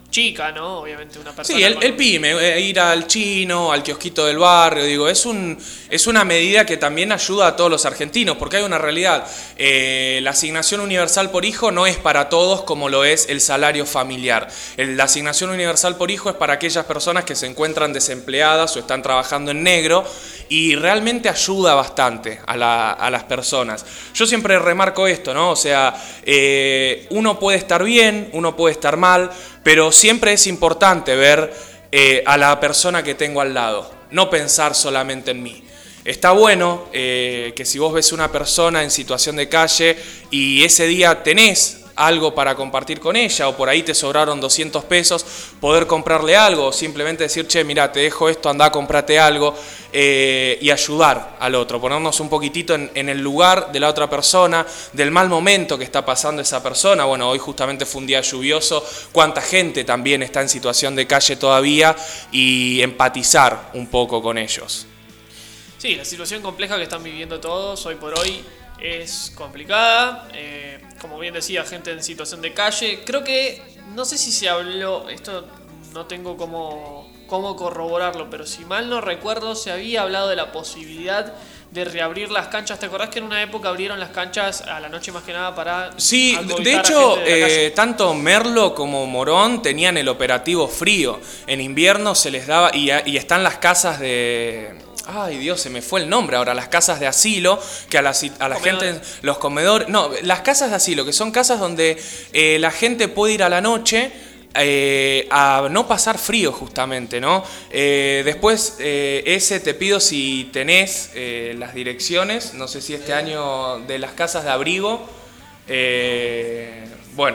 chica, ¿no? Obviamente una persona... Sí, el pyme, ir al chino, al kiosquito del barrio, digo, es una medida que también ayuda a todos los argentinos, porque hay una realidad. La asignación universal por hijo no es para todos como lo es el salario familiar. La asignación universal por hijo es para aquellas personas que se encuentran desempleadas o están trabajando en negro, y realmente ayuda bastante a las personas. Yo siempre remarco esto, ¿no? O sea, uno puede estar bien, uno puede estar mal, pero siempre es importante ver a la persona que tengo al lado, no pensar solamente en mí. Está bueno que si vos ves una persona en situación de calle y ese día tenés algo para compartir con ella, o por ahí te sobraron 200 pesos, poder comprarle algo, o simplemente decir, che, mirá, te dejo esto, andá, comprate algo, y ayudar al otro, ponernos un poquitito en el lugar de la otra persona, del mal momento que está pasando esa persona. Bueno, hoy justamente fue un día lluvioso, cuánta gente también está en situación de calle todavía, y empatizar un poco con ellos. Sí, la situación compleja que están viviendo todos hoy por hoy es complicada. Como bien decía, gente en situación de calle. Creo que, no sé si se habló, esto no tengo cómo corroborarlo, pero si mal no recuerdo, se había hablado de la posibilidad de reabrir las canchas. ¿Te acordás que en una época abrieron las canchas a la noche más que nada para... Sí, de hecho, tanto Merlo como Morón tenían el operativo frío. En invierno se les daba, y están las casas de... Ay, Dios, se me fue el nombre ahora. Las casas de asilo, que a la gente, los comedores... No, las casas de asilo, que son casas donde la gente puede ir a la noche a no pasar frío, justamente, ¿no? Después, te pido si tenés las direcciones, no sé si este año, de las casas de abrigo. Bueno,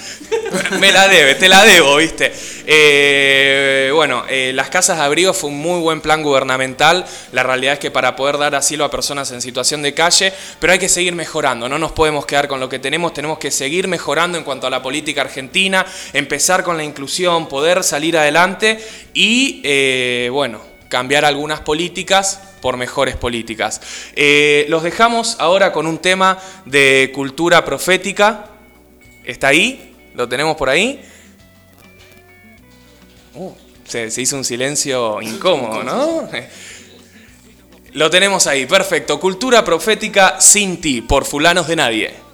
te la debo, ¿viste? Las casas de abrigo fue un muy buen plan gubernamental. La realidad es que para poder dar asilo a personas en situación de calle, pero hay que seguir mejorando, no nos podemos quedar con lo que tenemos que seguir mejorando en cuanto a la política argentina, empezar con la inclusión, poder salir adelante y, cambiar algunas políticas por mejores políticas. Los dejamos ahora con un tema de cultura profética. ¿Está ahí? ¿Lo tenemos por ahí? Se hizo un silencio incómodo, ¿no? Lo tenemos ahí, perfecto. Cultura profética Sin Ti, por Fulanos de Nadie.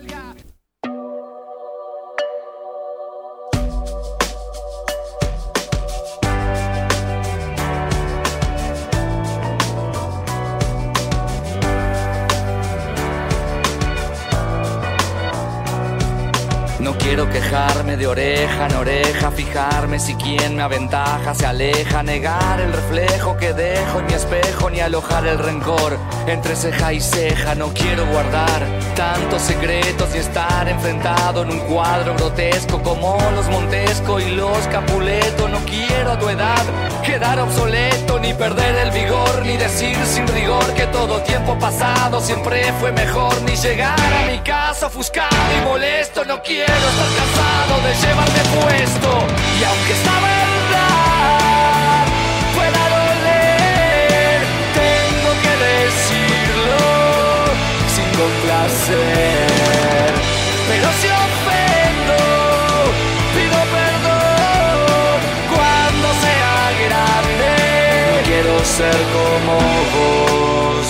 No quiero quejarme de oreja en oreja, fijarme si quien me aventaja se aleja, negar el reflejo que dejo en mi espejo, ni alojar el rencor entre ceja y ceja. No quiero guardar tantos secretos y estar enfrentado en un cuadro grotesco como los Montesco y los Capuleto. No quiero a tu edad quedar obsoleto, ni perder el vigor, ni decir sin rigor que todo tiempo pasado siempre fue mejor, ni llegar a mi casa ofuscado y molesto. No quiero estar cansado de llevarme puesto, y aunque esta verdad pueda doler, tengo que decirlo sin complacer. Pero si ofendo, pido perdón cuando sea grande. Quiero ser como vos.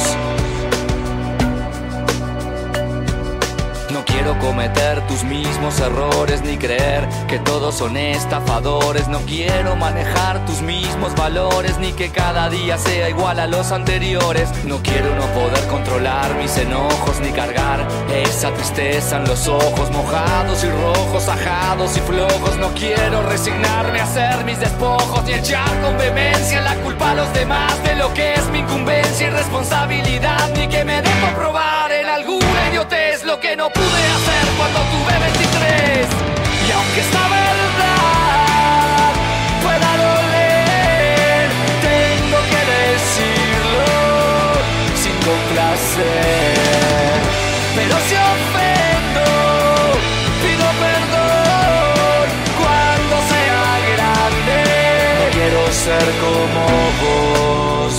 No quiero cometer tus mismos errores, ni creer que todos son estafadores. No quiero manejar tus mismos valores, ni que cada día sea igual a los anteriores. No quiero no poder controlar mis enojos, ni cargar esa tristeza en los ojos mojados y rojos, ajados y flojos. No quiero resignarme a hacer mis despojos, ni echar con vehemencia la culpa a los demás de lo que es mi incumbencia y responsabilidad, ni que me dejo probar en alguna idiotez lo que no pude hacer cuando tuve 23. Y aunque esta verdad pueda doler, tengo que decirlo sin complacer. Pero si ofendo, pido perdón cuando sea grande. No quiero ser como vos.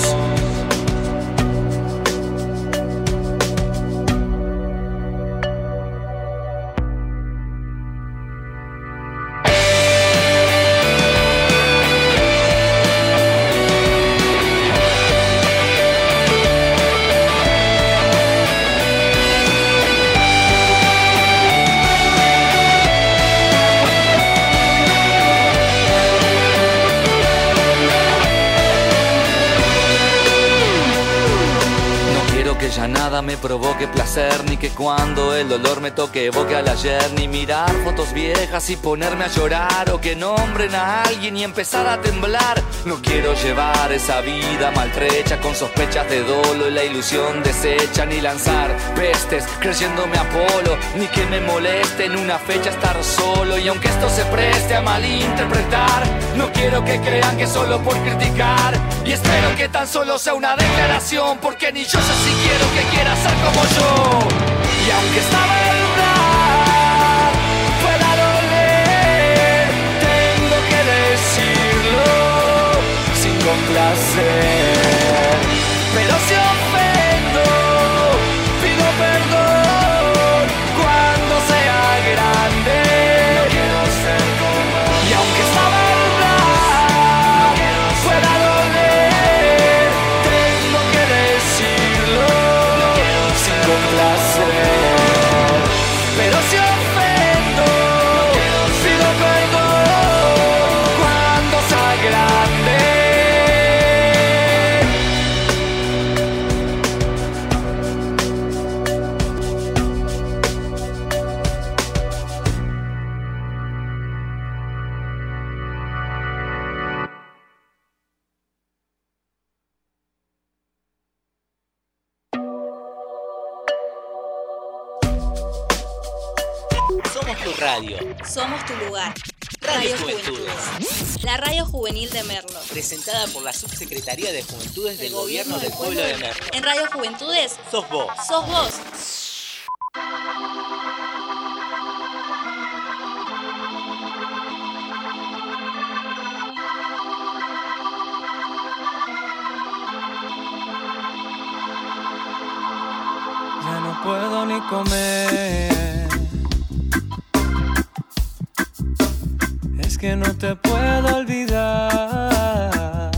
ya nada me provoque placer, ni que cuando el dolor me toque evoque al ayer, ni mirar fotos viejas y ponerme a llorar, o que nombren a alguien y empezar a temblar. No quiero llevar esa vida maltrecha con sospechas de dolo y la ilusión deshecha, ni lanzar pestes creyéndome Apolo, ni que me moleste en una fecha estar solo. Y aunque esto se preste a malinterpretar, no quiero que crean que solo por criticar, y espero que tan solo sea una declaración, porque ni yo sé si quiero que quiera ser como yo. Y aunque esta verdad pueda doler, tengo que decirlo sin complacer. Pero si ofendo, pido perdón cuando sea grande. No quiero ser como. Y aunque esta verdad pueda doler, tengo que decirlo sin complacer. Pero si ofendo, pido perdón cuando sea grande. Somos tu radio. Somos tu lugar. Radio Radio Juventudes. La radio juvenil de Merlo. Presentada por la Subsecretaría de Juventudes del Gobierno del Pueblo de Merlo. En Radio Juventudes, Sos vos. sos vos. Ya no puedo ni comer. Es que no te puedo olvidar.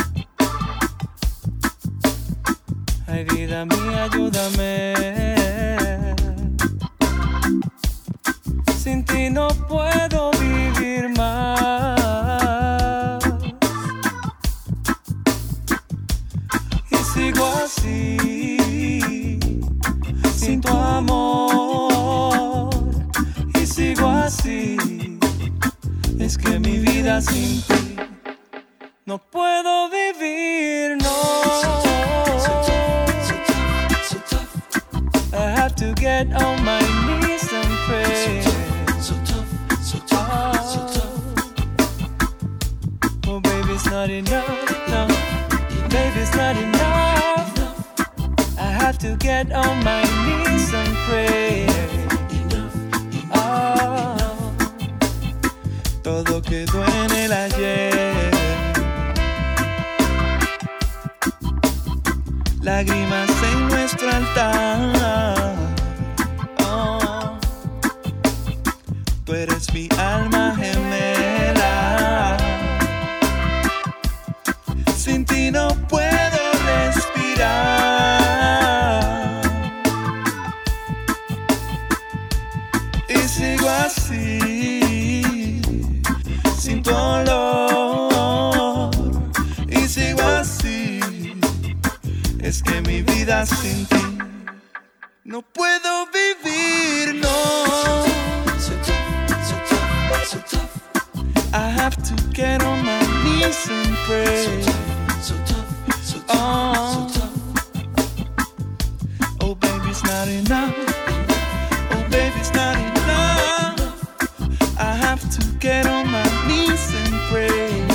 Ay, vida mía, ayúdame. Sin ti no puedo vivir más. Y sigo así, sin tu amor. Y sigo así. Es que mi vida sin ti no puedo vivir, no. I have to get on my knees and pray. Oh, baby, it's not enough, no. Baby, it's not enough. I have to get on my knees and pray. Todo quedó en el ayer. Lágrimas en nuestro altar. Oh, tú eres mi alma gemela. Sin ti no puedo respirar. Y sigo así, sin tu olor, y sigo así. Es que mi vida sin ti no puedo vivir, no. I have to get on my knees and pray. Oh, oh baby, it's not enough. Oh baby, it's not enough. I have to get on my knees and pray.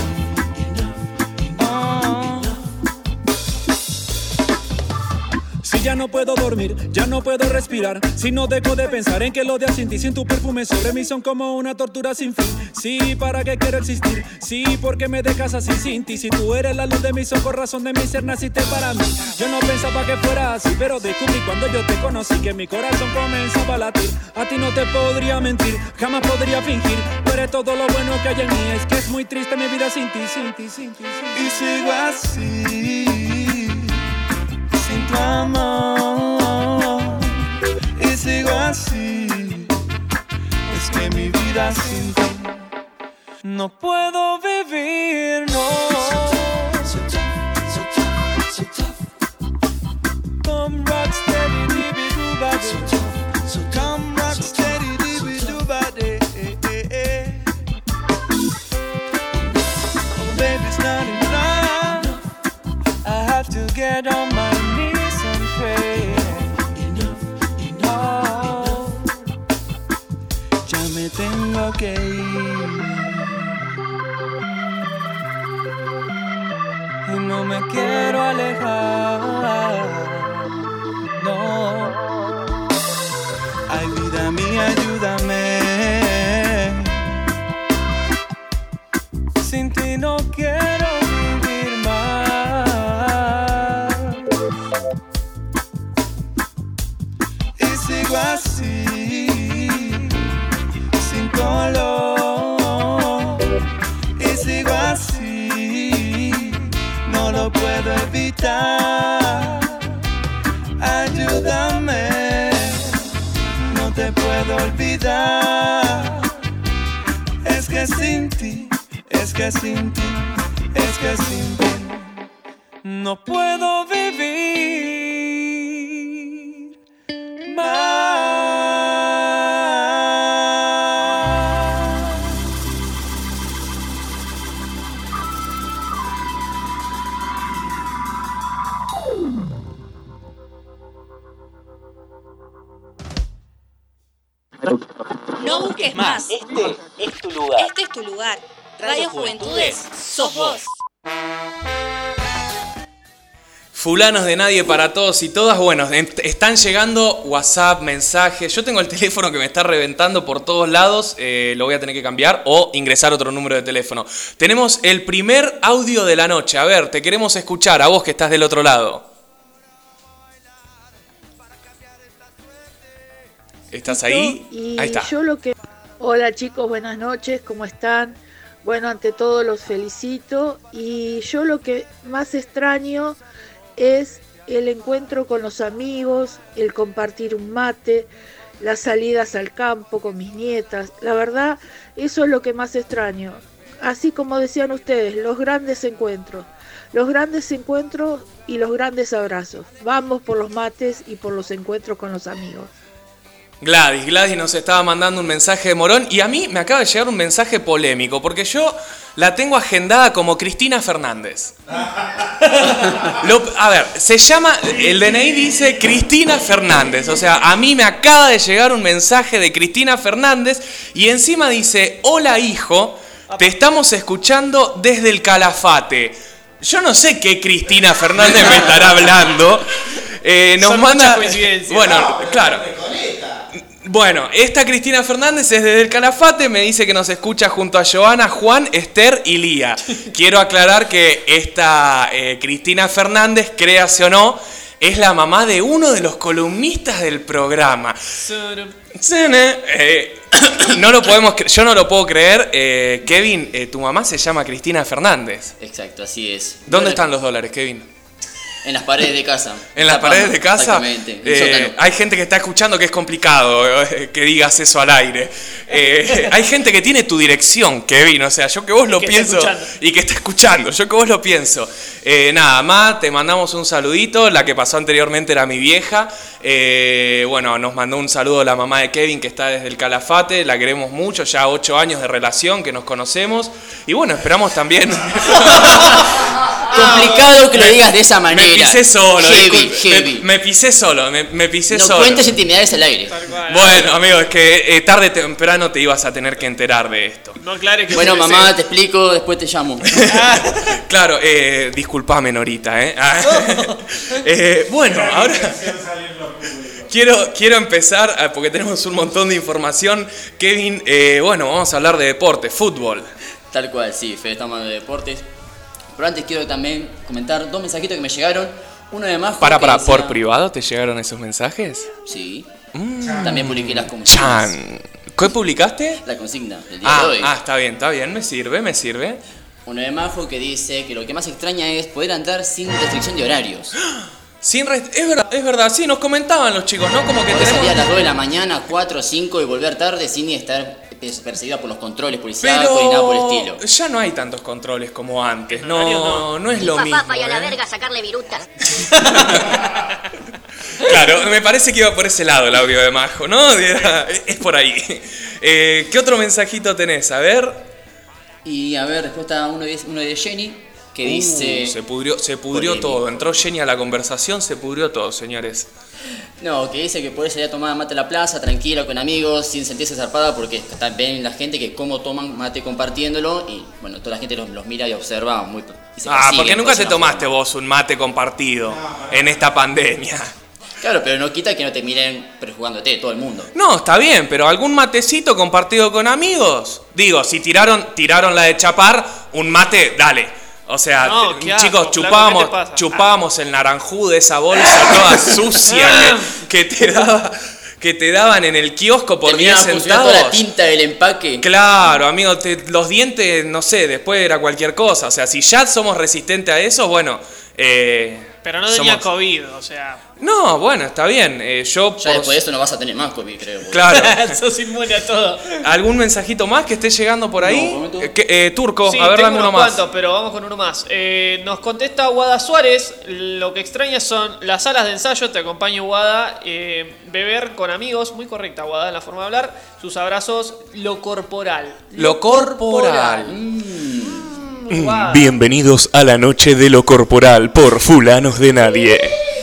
Oh. Si ya no puedo dormir, ya no puedo respirar, si no dejo de pensar en que los días sin ti, sin tu perfume sobre mí son como una tortura sin fin. Sí, ¿para qué quiero existir? Sí, porque me dejas así sin ti. Si tú eres la luz de mis ojos, razón de mi ser, naciste para mí. Yo no pensaba que fuera así, pero descubrí cuando yo te conocí que mi corazón comenzaba a latir. A ti no te podría mentir, jamás podría fingir. Tú eres todo lo bueno que hay en mí. Es que es muy triste mi vida sin ti, sin ti, sin ti, sin ti. Y sigo así, sin tu amor. Y sigo así. Es que mi vida sin ti no puedo vivir, no. Come rocks So come rock steady, dee-dee-doo-ba-dee. Oh, baby, it's not enough. I have to get on my knees and pray. Oh, ya me tengo que ir. Y no me quiero alejar. No. Ay, vida mía, ayúdame. Sin ti no quiero vivir más. Y sigo así, sin color. Y sigo así, no lo puedo evitar. Ayúdame, no te puedo olvidar. Es que sin ti, es que sin ti, es que sin ti no puedo vivir más. No busques más. Este es tu lugar. Este es tu lugar. Radio Juventudes, sos vos. Fulanos de nadie para todos y todas. Bueno, están llegando WhatsApp, mensajes. Yo tengo el teléfono que me está reventando por todos lados. Lo voy a tener que cambiar o ingresar otro número de teléfono. Tenemos el primer audio de la noche. A ver, te queremos escuchar, a vos que estás del otro lado. ¿Estás ahí? Y ahí está. Yo lo que... Hola chicos, buenas noches, ¿cómo están? Bueno, ante todo los felicito y yo lo que más extraño es el encuentro con los amigos, el compartir un mate, las salidas al campo con mis nietas. La verdad, eso es lo que más extraño. Así como decían ustedes, los grandes encuentros y los grandes abrazos. Vamos por los mates y por los encuentros con los amigos. Gladys nos estaba mandando un mensaje de Morón y a mí me acaba de llegar un mensaje polémico porque yo la tengo agendada como Cristina Fernández. A ver, se llama, el DNI dice Cristina Fernández, o sea, a mí me acaba de llegar un mensaje de Cristina Fernández y encima dice, hola hijo, te estamos escuchando desde el Calafate. Yo no sé qué Cristina Fernández me estará hablando. Nos Son manda. muchas coincidencias. Bueno, claro. Bueno, esta Cristina Fernández es desde el Calafate, me dice que nos escucha junto a Joana, Juan, Esther y Lía. Quiero aclarar que esta Cristina Fernández, créase o no, es la mamá de uno de los columnistas del programa. No lo podemos, yo no lo puedo creer. Kevin, tu mamá se llama Cristina Fernández. Exacto, así es. ¿Dónde están los dólares, Kevin? En las paredes de casa. ¿En las paredes de casa? Exactamente. Hay gente que está escuchando que es complicado que digas eso al aire. Hay gente que tiene tu dirección, Kevin. O sea, yo que vos lo pienso. Y que está escuchando. Yo que vos lo pienso. Nada más, te mandamos un saludito. La que pasó anteriormente era mi vieja. Bueno, nos mandó un saludo la mamá de Kevin que está desde el Calafate. La queremos mucho. Ya 8 años de relación que nos conocemos. Y bueno, esperamos también... Complicado que lo digas de esa manera. Me pisé solo. Heavy. Me pisé solo. Me pisé no solo. No cuentes intimidades al aire. Bueno, amigo, es que tarde o temprano te ibas a tener que enterar de esto. No aclares que bueno, mamá, te explico, después te llamo. Claro, disculpame, Norita, bueno, ahora... Quiero empezar, porque tenemos un montón de información. Kevin, bueno, vamos a hablar de deporte, fútbol. Tal cual, sí, Fede, estamos hablando de deportes. Pero antes quiero también comentar 2 mensajitos que me llegaron. Uno de Majo. Para, ¿por privado te llegaron esos mensajes? Sí. También publiqué las consignas. ¿Qué publicaste? La consigna del día de hoy. Está bien, me sirve. Uno de Majo que dice que lo que más extraña es poder andar sin restricción de horarios. Es verdad, sí, nos comentaban los chicos, ¿no? Como que poder tenemos... salir a las 2 de la mañana, 4 o 5 y volver tarde sin estar perseguida por los controles policiales ni nada por el estilo. Ya no hay tantos controles como antes, no es lo mismo. Y a la verga sacarle virutas. Claro, me parece que iba por ese lado el audio de Majo, ¿no? Es por ahí. ¿Qué otro mensajito tenés? A ver. Y a ver, después está uno de Jenny, que dice... Se pudrió todo. Entró Jenny a la conversación, se pudrió todo, señores. No, que dice que puede salir a tomar mate a la plaza, tranquila, con amigos, sin sentirse zarpada, porque está ven la gente que cómo toman mate compartiéndolo, y bueno, toda la gente los mira y observa muy... Y porque nunca te tomaste vos un mate compartido en esta pandemia. Claro, pero no quita que no te miren prejugándote todo el mundo. No, está bien, pero algún matecito compartido con amigos. Digo, si tiraron la de chapar, un mate, dale. O sea, no, chicos, chupábamos el naranjú de esa bolsa toda sucia que te daban en el kiosco por 10 centavos. Toda la tinta del empaque. Claro, amigo, los dientes, no sé, después era cualquier cosa. O sea, si ya somos resistentes a eso, bueno... pero no tenía COVID, o sea... No, bueno, está bien. Ya después de eso no vas a tener más COVID, creo. Claro. Sos inmune a todo. ¿Algún mensajito más que esté llegando por ahí? No, Turco, sí, a ver, dame uno más. Cuantos, pero vamos con uno más. Nos contesta Guada Suárez. Lo que extraña son las salas de ensayo. Te acompaño, Guada. Beber con amigos. Muy correcta, Guada, en la forma de hablar. Sus abrazos. Lo corporal. Lo corporal. Guada. Bienvenidos a la noche de lo corporal por Fulanos de Nadie.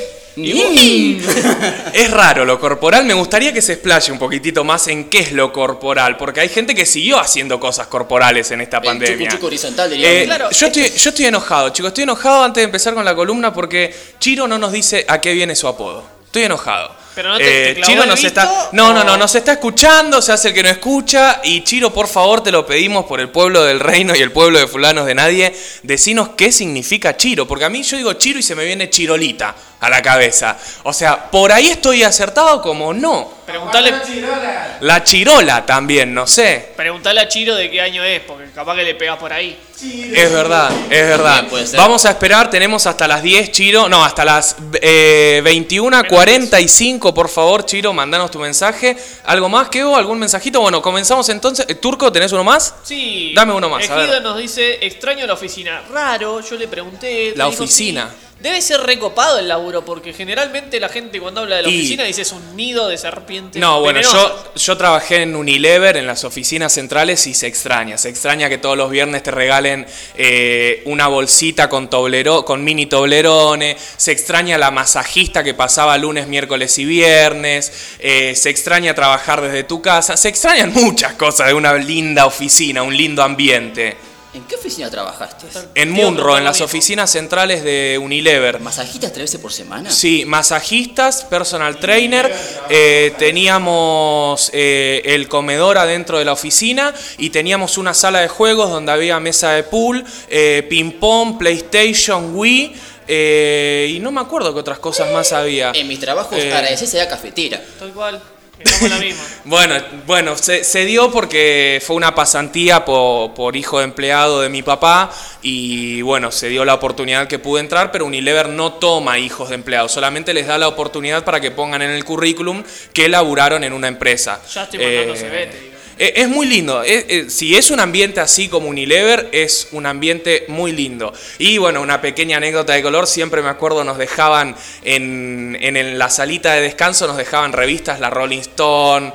Es raro lo corporal, me gustaría que se explaye un poquitito más en qué es lo corporal, porque hay gente que siguió haciendo cosas corporales en esta pandemia. Chucu horizontal, diría. Claro, yo estoy enojado, chicos, estoy enojado antes de empezar con la columna porque Chiro no nos dice a qué viene su apodo. Estoy enojado. Pero no te clavó Chiro el nos visto, está. No, nos está escuchando, se hace el que no escucha. Y Chiro, por favor, te lo pedimos por el pueblo del reino y el pueblo de Fulanos de Nadie. Decinos qué significa Chiro. Porque a mí yo digo Chiro y se me viene Chirolita a la cabeza. O sea, por ahí estoy acertado como no. Preguntale. La chirola también, no sé. Preguntale a Chiro de qué año es, porque capaz que le pegas por ahí. Es verdad, es verdad. Vamos a esperar, tenemos hasta las 10, Chiro. No, hasta las 21:45, por favor, Chiro, mandanos tu mensaje. ¿Algo más, Kevo? ¿Algún mensajito? Bueno, comenzamos entonces. Turco, ¿tenés uno más? Sí. Dame uno más, a ver. Ejido nos dice, extraño la oficina. Raro, yo le pregunté. La oficina. Sí. Debe ser recopado el laburo, porque generalmente la gente cuando habla de la oficina dice es un nido de serpientes. No, bueno, venenosas. yo trabajé en Unilever, en las oficinas centrales, y se extraña que todos los viernes te regalen una bolsita con mini toblerone, se extraña la masajista que pasaba lunes, miércoles y viernes, se extraña trabajar desde tu casa, se extrañan muchas cosas de una linda oficina, un lindo ambiente. ¿En qué oficina trabajaste? En Munro, en las oficinas centrales de Unilever. ¿Masajistas 3 veces por semana? Sí, masajistas, personal trainer, teníamos el comedor adentro de la oficina y teníamos una sala de juegos donde había mesa de pool, ping-pong, PlayStation, Wii, y no me acuerdo qué otras cosas más había. En mis trabajos agradecí se da cafetera. Tal cual. Estamos la misma. Bueno, se dio porque fue una pasantía por hijo de empleado de mi papá y bueno, se dio la oportunidad que pude entrar, pero Unilever no toma hijos de empleados, solamente les da la oportunidad para que pongan en el currículum que laburaron en una empresa. Ya estoy mandando CV, te digo. Es muy lindo, si es un ambiente así como Unilever, es un ambiente muy lindo. Y bueno, una pequeña anécdota de color, siempre me acuerdo nos dejaban en la salita de descanso, nos dejaban revistas, la Rolling Stone,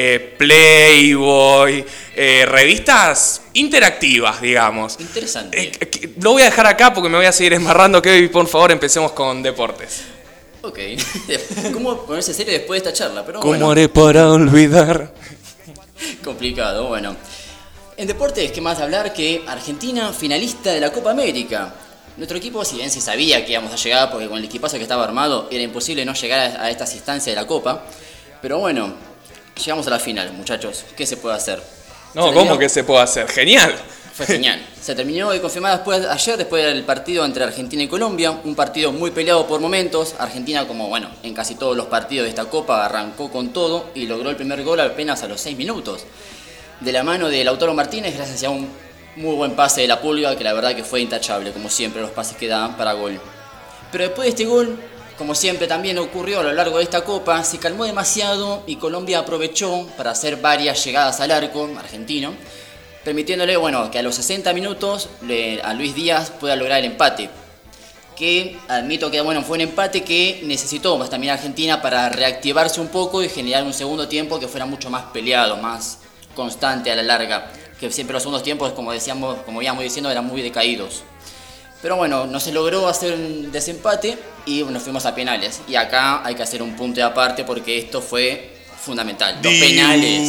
Playboy, revistas interactivas, digamos. Interesante. Lo voy a dejar acá porque me voy a seguir embarrando, Kevin, por favor, empecemos con deportes. Ok, ¿cómo ponerse serio después de esta charla? Pero ¿Cómo bueno. haré para olvidar? Complicado, bueno. En deportes, ¿qué más hablar que Argentina finalista de la Copa América? Nuestro equipo, si bien se sabía que íbamos a llegar, porque con el equipazo que estaba armado era imposible no llegar a estas instancias de la Copa, pero bueno, llegamos a la final, muchachos. ¿Qué se puede hacer? No, ¿cómo que se puede hacer? ¡Genial! Fue genial. Se terminó de confirmar ayer, después del partido entre Argentina y Colombia, un partido muy peleado por momentos. Argentina, como bueno, en casi todos los partidos de esta Copa, arrancó con todo y logró el primer gol apenas a los 6 minutos. De la mano de Lautaro Martínez, gracias a un muy buen pase de la Pulga, que la verdad que fue intachable, como siempre, los pases que daban para gol. Pero después de este gol, como siempre también ocurrió a lo largo de esta Copa, se calmó demasiado y Colombia aprovechó para hacer varias llegadas al arco argentino, permitiéndole, bueno, que a los 60 minutos a Luis Díaz pueda lograr el empate. que admito que bueno, fue un empate que necesitó más también Argentina para reactivarse un poco y generar un segundo tiempo que fuera mucho más peleado, más constante a la larga, que siempre los segundos tiempos, como íbamos diciendo, eran muy decaídos. Pero bueno, no se logró hacer un desempate y nos fuimos a penales. Y acá hay que hacer un punto de aparte porque esto fue fundamental. Los penales.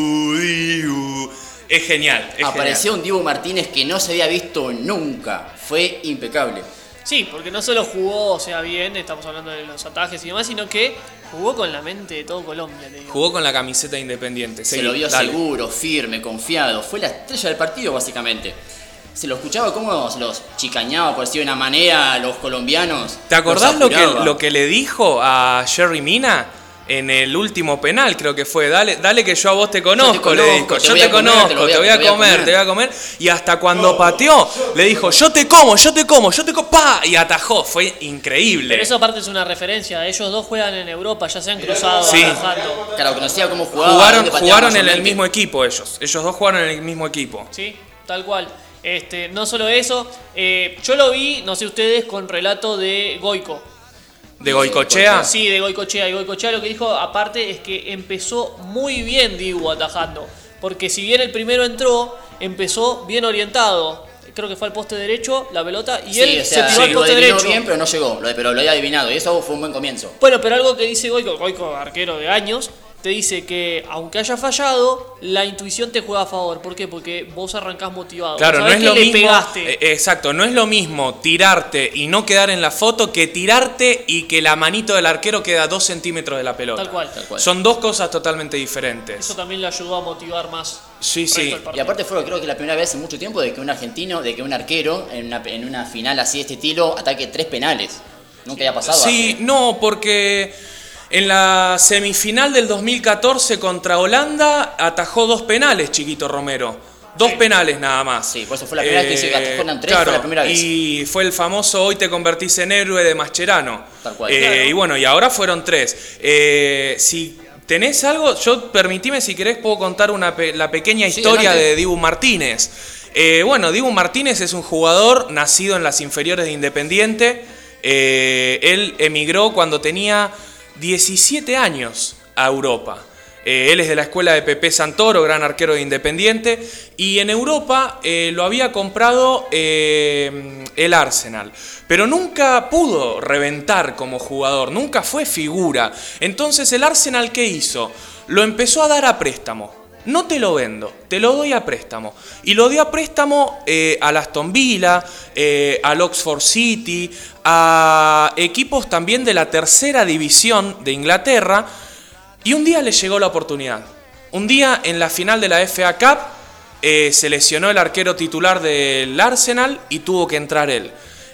Es genial. Apareció un Dibu Martínez que no se había visto nunca. Fue impecable. Sí, porque no solo jugó, o sea, bien, estamos hablando de los atajes y demás, sino que jugó con la mente de todo Colombia, te digo. Jugó con la camiseta Independiente. Se lo vio seguro, firme, confiado. Fue la estrella del partido, básicamente. Se lo escuchaba cómo se los chicañaba, por decir de una manera, a los colombianos. ¿Te acordás lo que le dijo a Jerry Mina en el último penal? Creo que fue, dale que yo a vos te conozco, le dijo. Yo te conozco, te voy a comer. Y hasta cuando pateó, le dijo, yo te como, ¡pa! Y atajó, fue increíble. Pero eso aparte es una referencia, ellos dos juegan en Europa, ya se han cruzado atajando. Claro, conocía cómo jugaban. Jugaron en el mismo equipo ellos dos jugaron en el mismo equipo. Sí, tal cual. No solo eso, yo lo vi, no sé ustedes, con relato de Goico. ¿De Goicochea? Sí, de Goicochea. Y Goicochea lo que dijo, aparte, es que empezó muy bien Dibu atajando. Porque si bien el primero entró, empezó bien orientado. Creo que fue al poste derecho, la pelota, y él se tiró al poste derecho. Bien, pero no llegó, pero lo había adivinado. Y eso fue un buen comienzo. Bueno, pero algo que dice Goico, arquero de años, te dice que aunque haya fallado, la intuición te juega a favor. ¿Por qué? Porque vos arrancás motivado. Claro, no es lo mismo. Pegaste. Exacto, no es lo mismo tirarte y no quedar en la foto que tirarte y que la manito del arquero queda a 2 centímetros de la pelota. Tal cual. Son dos cosas totalmente diferentes. Eso también le ayudó a motivar más. Sí. Y aparte fue, creo que la primera vez en mucho tiempo de que un arquero en una final así de este estilo ataque 3 penales. Nunca había pasado. Sí, no, porque en la semifinal del 2014 contra Holanda atajó 2 penales, Chiquito Romero. 2 penales nada más. Sí, por eso fue la primera vez que se atajó en 3, fue la primera vez. Y fue el famoso hoy te convertís en héroe de Mascherano. Tal cual. Y bueno, y ahora fueron 3. Si tenés algo, permitime si querés puedo contar la pequeña historia de Dibu Martínez. Dibu Martínez es un jugador nacido en las inferiores de Independiente. Él emigró cuando tenía 17 años a Europa. Él es de la escuela de Pepe Santoro, gran arquero de Independiente, y en Europa lo había comprado el Arsenal, pero nunca pudo reventar como jugador, nunca fue figura. Entonces el Arsenal, ¿qué hizo? Lo empezó a dar a préstamo. No te lo vendo, te lo doy a préstamo. Y lo dio a préstamo al Aston Villa, al Oxford City, a equipos también de la tercera división de Inglaterra. Y un día le llegó la oportunidad. Un día en la final de la FA Cup se lesionó el arquero titular del Arsenal y tuvo que entrar él.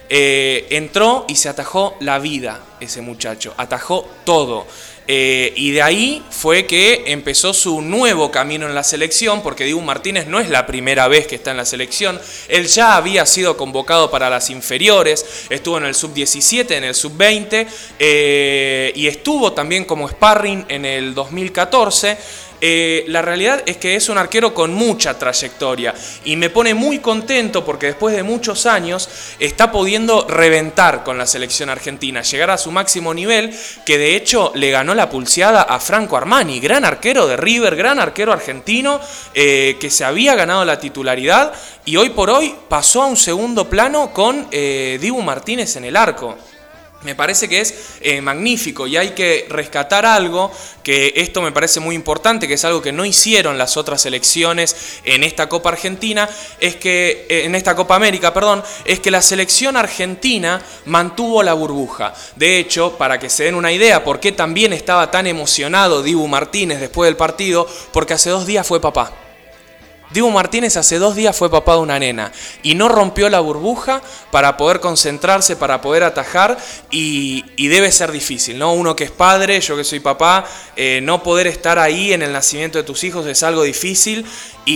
Entró y se atajó la vida ese muchacho, atajó todo. Y de ahí fue que empezó su nuevo camino en la selección, porque Dibu Martínez no es la primera vez que está en la selección. Él ya había sido convocado para las inferiores, estuvo en el sub-17, en el sub-20 y estuvo también como sparring en el 2014. La realidad es que es un arquero con mucha trayectoria y me pone muy contento porque después de muchos años está pudiendo reventar con la selección argentina, llegar a su máximo nivel, que de hecho le ganó la pulseada a Franco Armani, gran arquero de River, gran arquero argentino que se había ganado la titularidad y hoy por hoy pasó a un segundo plano con Dibu Martínez en el arco. Me parece que es magnífico y hay que rescatar algo, que esto me parece muy importante, que es algo que no hicieron las otras selecciones en esta Copa Argentina, es que en esta Copa América, es que la selección argentina mantuvo la burbuja. De hecho, para que se den una idea por qué también estaba tan emocionado Dibu Martínez después del partido, porque hace 2 días fue papá. Dibu Martínez hace 2 días fue papá de una nena y no rompió la burbuja para poder concentrarse, para poder atajar y debe ser difícil, ¿no? Uno que es padre, yo que soy papá, no poder estar ahí en el nacimiento de tus hijos es algo difícil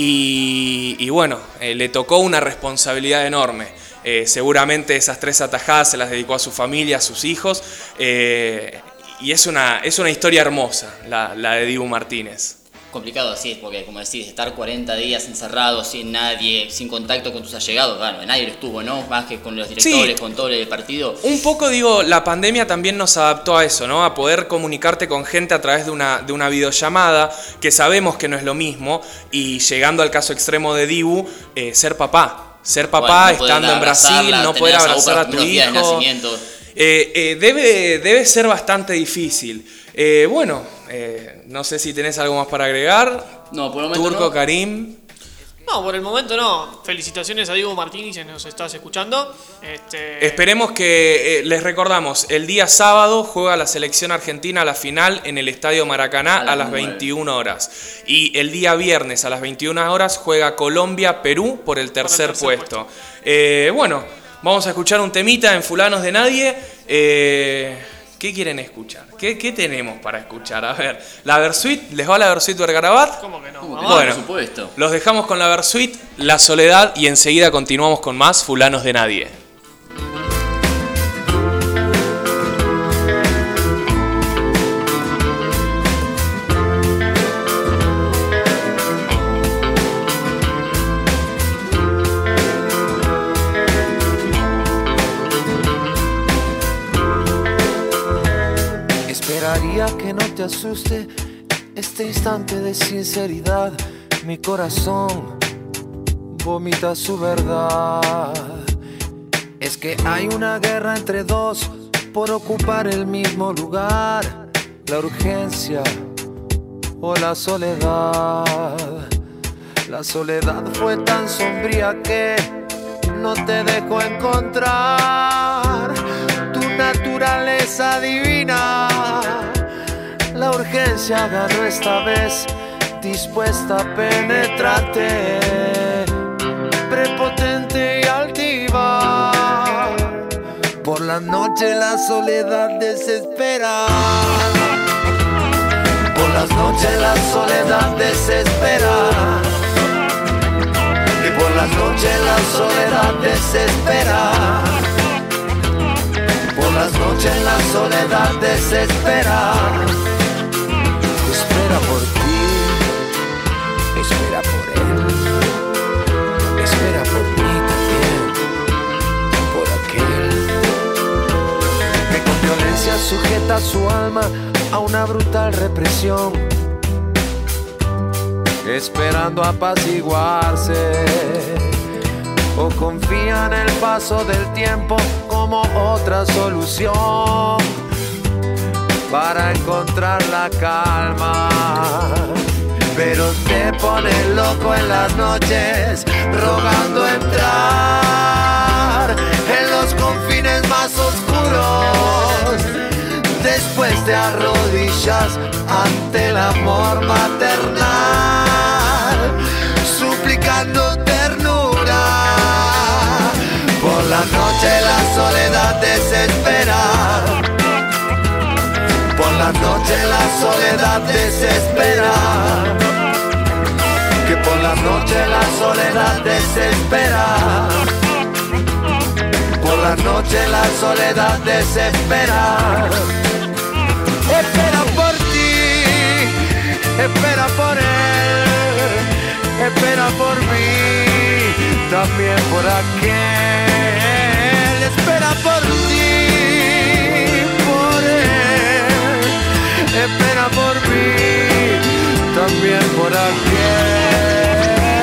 y bueno, le tocó una responsabilidad enorme. Seguramente esas 3 atajadas se las dedicó a su familia, a sus hijos y es una historia hermosa la de Dibu Martínez. complicado así, porque como decís, estar 40 días encerrado, sin nadie, sin contacto con tus allegados, bueno, nadie lo estuvo, ¿no? Más que con los directores, Sí. con todo el partido. Un poco, digo, la pandemia también nos adaptó a eso, ¿no? A poder comunicarte con gente a través de una videollamada, que sabemos que no es lo mismo, y llegando al caso extremo de Dibu, ser papá. Ser papá, Bueno, no poder estando en Brasil, abrazarla, no poder tener abrazar a tu los días de hijo. nacimiento. Debe ser bastante difícil. No sé si tenés algo más para agregar. No, por el momento Turco, no. Karim. No, por el momento no. Felicitaciones a Diego Martínez, si nos estás escuchando. Esperemos que, les recordamos, el día sábado juega la selección argentina a la final en el Estadio Maracaná a las 21 horas. Y el día viernes a las 21 horas juega Colombia-Perú por el tercer puesto. Vamos a escuchar un temita en Fulanos de Nadie. ¿Qué quieren escuchar? ¿Qué tenemos para escuchar? A ver, ¿la Versuit? ¿Les va la Versuit Vergarabat? ¿Cómo que no? Bueno, Bueno, por supuesto. los dejamos con la Versuit, La Soledad, y enseguida continuamos con más Fulanos de Nadie. Esperaría que no te asuste este instante de sinceridad. Mi corazón vomita su verdad. Es que hay una guerra entre dos por ocupar el mismo lugar. La urgencia o la soledad. La soledad fue tan sombría que no te dejó encontrar tu naturaleza divina. La urgencia ganó esta vez, dispuesta a penetrarte, prepotente y altiva. Por la noche la soledad desespera. Por las noches la soledad desespera. Y por las noches la soledad desespera. Por las noches la soledad desespera. Espera por ti, espera por él, espera por mí también, por aquel que con violencia sujeta su alma a una brutal represión, esperando apaciguarse, o confía en el paso del tiempo como otra solución para encontrar la calma. Pero te pone loco en las noches, rogando entrar en los confines más oscuros. Después te arrodillas ante el amor maternal, suplicando ternura. Por la noche la soledad desespera. Por la noche la soledad desespera. Que por la noche la soledad desespera. Por la noche la soledad desespera. Espera por ti, espera por él, espera por mí, también por aquel. Espera por ti, por él, espera por mí, también por aquel.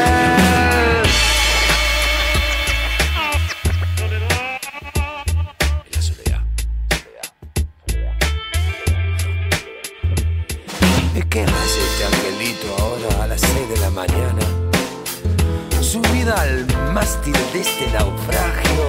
¿Qué hace este angelito ahora a las 6 de la mañana? Subida al mástil de este naufragio,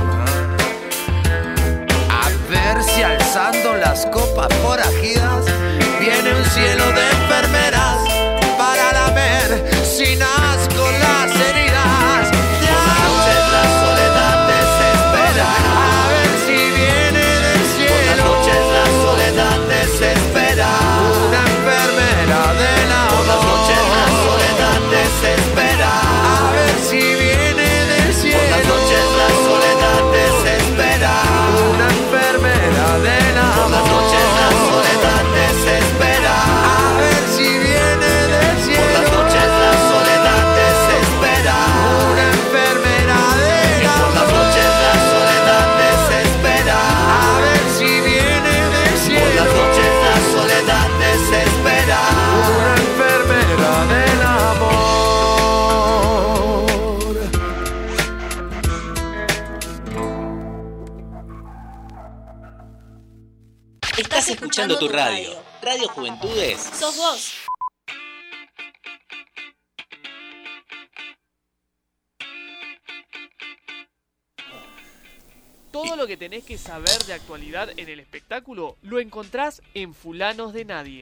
a ver si alzando las copas forajidas viene un cielo de enfermeras para lamer sin asco las heridas. Por la noche la soledad desespera, a ver si viene del cielo. Por la noche la soledad desespera, una enfermera del amor. Por las noches la soledad desespera, a ver si viene del cielo. Por las noches la soledad desespera, una enfermera del amor. Por las noches la soledad desespera, a ver si viene. Estás escuchando tu radio. Radio Juventudes. Sos vos. Todo lo que tenés que saber de actualidad en el espectáculo lo encontrás en Fulanos de Nadie.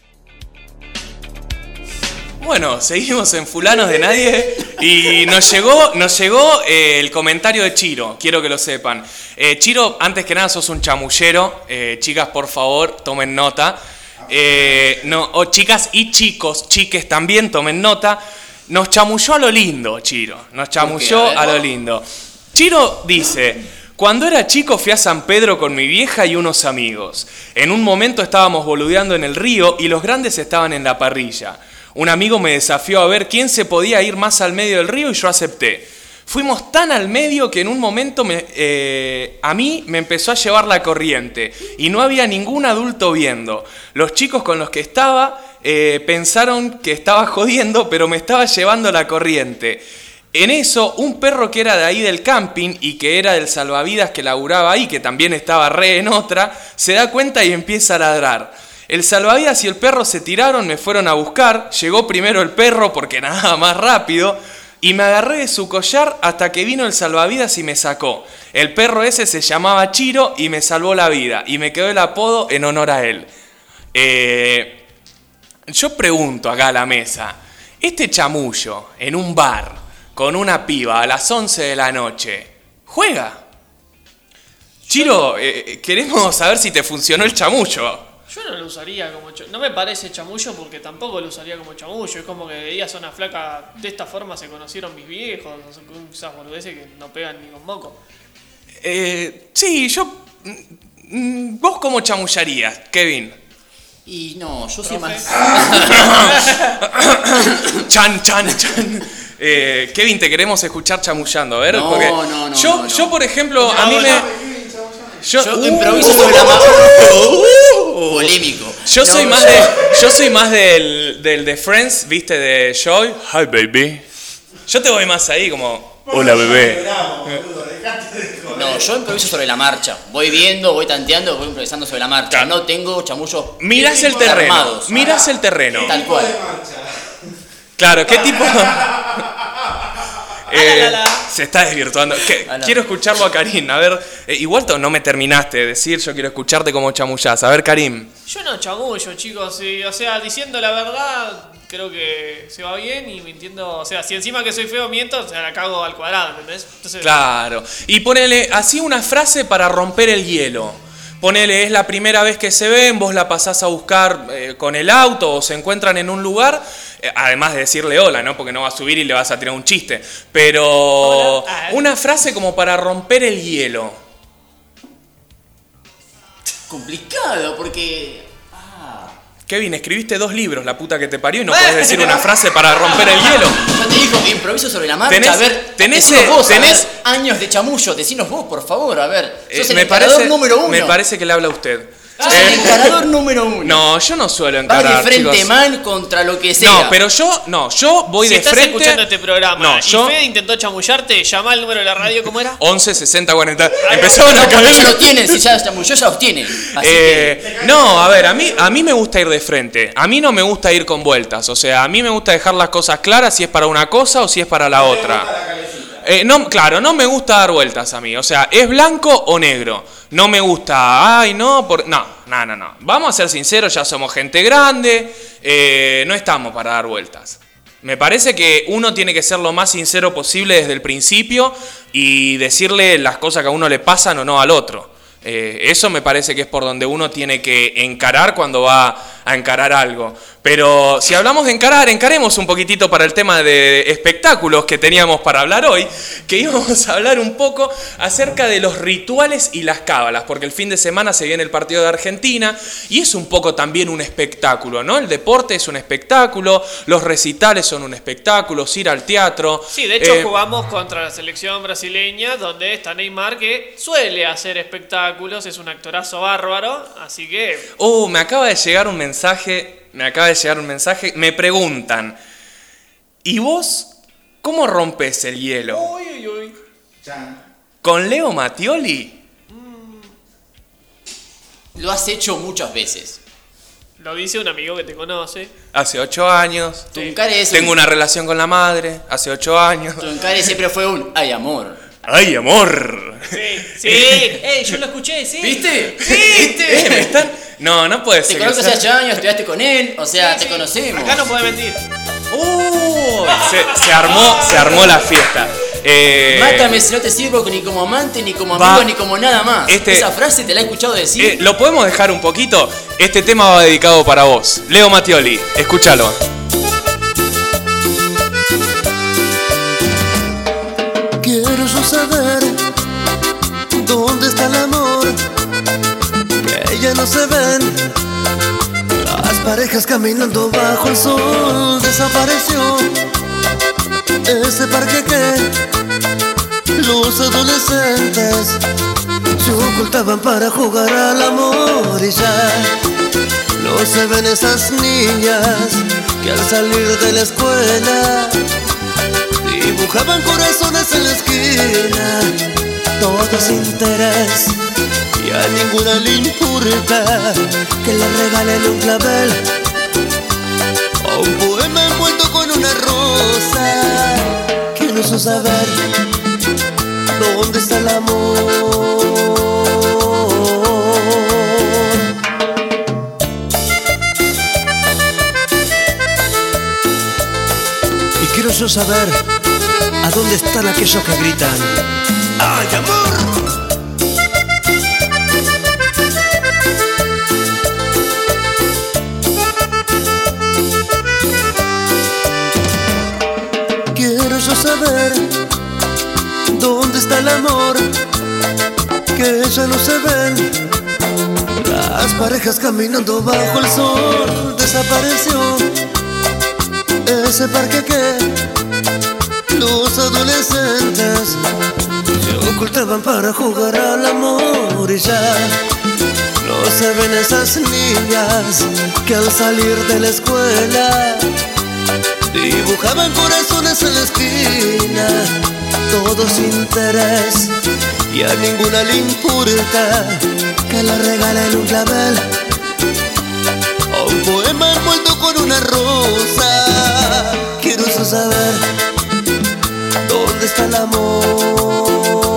Bueno, seguimos en Fulanos de Nadie y nos llegó el comentario de Chiro, quiero que lo sepan. Chiro, antes que nada sos un chamullero, chicas por favor tomen nota. Chicas y chicos, chiques también tomen nota. Nos chamulló a lo lindo, Chiro, nos chamulló a lo lindo. Chiro dice... Cuando era chico fui a San Pedro con mi vieja y unos amigos. En un momento estábamos boludeando en el río y los grandes estaban en la parrilla. Un amigo me desafió a ver quién se podía ir más al medio del río y yo acepté. Fuimos tan al medio que en un momento a mí me empezó a llevar la corriente y no había ningún adulto viendo. Los chicos con los que estaba pensaron que estaba jodiendo, pero me estaba llevando la corriente. En eso, un perro que era de ahí del camping y que era del salvavidas que laburaba ahí, que también estaba re en otra, se da cuenta y empieza a ladrar. El salvavidas y el perro se tiraron, me fueron a buscar, llegó primero el perro porque nadaba más rápido y me agarré de su collar hasta que vino el salvavidas y me sacó. El perro ese se llamaba Chiro y me salvó la vida y me quedó el apodo en honor a él. Yo pregunto acá a la mesa, este chamullo en un bar con una piba a las 11 de la noche, ¿juega? Chiro, queremos saber si te funcionó el chamullo. Yo no lo usaría como chamullo. No me parece chamullo porque tampoco lo usaría como chamullo. Es como que veías a una flaca de esta forma se conocieron mis viejos. Esas boludeces que no pegan ni con moco. Sí, yo... ¿Vos cómo chamullarías, Kevin? Y no, yo soy más... Chan. Kevin, te queremos escuchar chamullando, a ver. No, porque no. Yo, por ejemplo, a mí me... Yo improviso sobre la marcha. Polémico. Yo soy más del de Friends, ¿viste? De Joy. Hi, baby. Yo te voy más ahí como... Hola, bebé. No, yo improviso sobre la marcha. Voy viendo, voy tanteando, voy improvisando sobre la marcha. No tengo chamullos. Mirás el terreno. Armados. Mirás el terreno. Tal cual. Claro, ¿qué tipo? Se está desvirtuando. Quiero escucharlo a Karim. A ver, igual no me terminaste de decir, yo quiero escucharte como chamullás. A ver, Karim. Yo no chamullo, chicos. O sea, diciendo la verdad, creo que se va bien y mintiendo. O sea, si encima que soy feo miento, o sea, la cago al cuadrado, ¿entendés? Entonces, claro. Y ponele así una frase para romper el hielo. Ponele, es la primera vez que se ven, vos la pasás a buscar con el auto o se encuentran en un lugar, además de decirle hola, ¿no? Porque no va a subir y le vas a tirar un chiste. Pero una frase como para romper el hielo. Complicado, porque... Kevin, escribiste 2 libros, la puta que te parió, y no podés decir una frase para romper el hielo. Yo te digo, improviso sobre la marcha, tenés años de chamullo, decinos vos, por favor, a ver. Sos el encarador número 1. Me parece que le habla a usted. Sos el encarador número 1. No, yo no suelo encarar, vas de frente, chicos. man, contra lo que sea. No, pero yo voy de frente. Si estás escuchando este programa y Fede intentó chamullarte, llamá al número de la radio, ¿cómo era? 11 60 40. Empezaron a caer. Ya lo tienen, si ya chamulló, ya los tienen. No, a ver, a mí me gusta ir de frente. A mí no me gusta ir con vueltas. O sea, a mí me gusta dejar las cosas claras si es para una cosa o si es para la otra. Claro, no me gusta dar vueltas a mí. O sea, ¿es blanco o negro? No me gusta, no. Vamos a ser sinceros, ya somos gente grande, no estamos para dar vueltas. Me parece que uno tiene que ser lo más sincero posible desde el principio y decirle las cosas que a uno le pasan o no al otro. Eso me parece que es por donde uno tiene que encarar cuando va a encarar algo. Pero si hablamos de encarar, encaremos un poquitito para el tema de espectáculos que teníamos para hablar hoy, que íbamos a hablar un poco acerca de los rituales y las cábalas, porque el fin de semana se viene el partido de Argentina y es un poco también un espectáculo, ¿no? El deporte es un espectáculo, los recitales son un espectáculo, ir al teatro. Sí, de hecho jugamos contra la selección brasileña, donde está Neymar, que suele hacer espectáculos, es un actorazo bárbaro, así que... Me acaba de llegar un mensaje, me preguntan, ¿y vos cómo rompes el hielo? Uy. ¿Con Leo Mattioli? lo has hecho muchas veces. Lo dice un amigo que te conoce. Hace 8 años. Tu encare es Tengo una relación con la madre. Hace 8 años. Tu encare siempre fue un ay amor. ¡Ay, amor! Sí. Yo lo escuché, sí. ¿Viste? Sí. ¿Viste? ¿Me están? No puede ser. Te conozco hace 8 años, estudiaste con él, o sea, te conocemos. Acá no puede mentir. Se armó la fiesta. Mátame si no te sirvo ni como amante, ni como amigo, ni como nada más. Esa frase te la he escuchado decir. ¿Lo podemos dejar un poquito? Este tema va dedicado para vos. Leo Mattioli, escúchalo. Quiero yo saber dónde está el amor, que ya no se ven las parejas caminando bajo el sol. Desapareció ese parque que los adolescentes se ocultaban para jugar al amor, y ya no se ven esas niñas que al salir de la escuela dibujaban corazones en la esquina. Todo es interés y a ninguna le importa que le regalen un clavel o un poema envuelto con una rosa. Quiero yo saber dónde está el amor. Y quiero yo saber a dónde están aquellos que gritan ¡ay, amor! Quiero yo saber dónde está el amor, que ya no se ven las parejas caminando bajo el sol. Desapareció ese parque que los adolescentes se ocultaban para jugar al amor, y ya no se ven esas niñas que al salir de la escuela dibujaban corazones en la esquina. Todo sin interés y a ninguna le importa que le regalen un clavel o un poema envuelto con una rosa. Quiero yo saber dónde está el amor.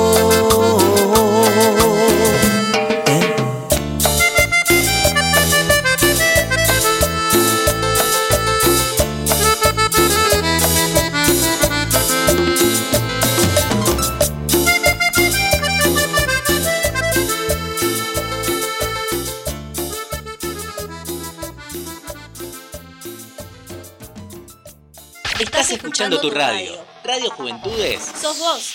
Estás escuchando tu radio. Radio Juventudes. Sos vos.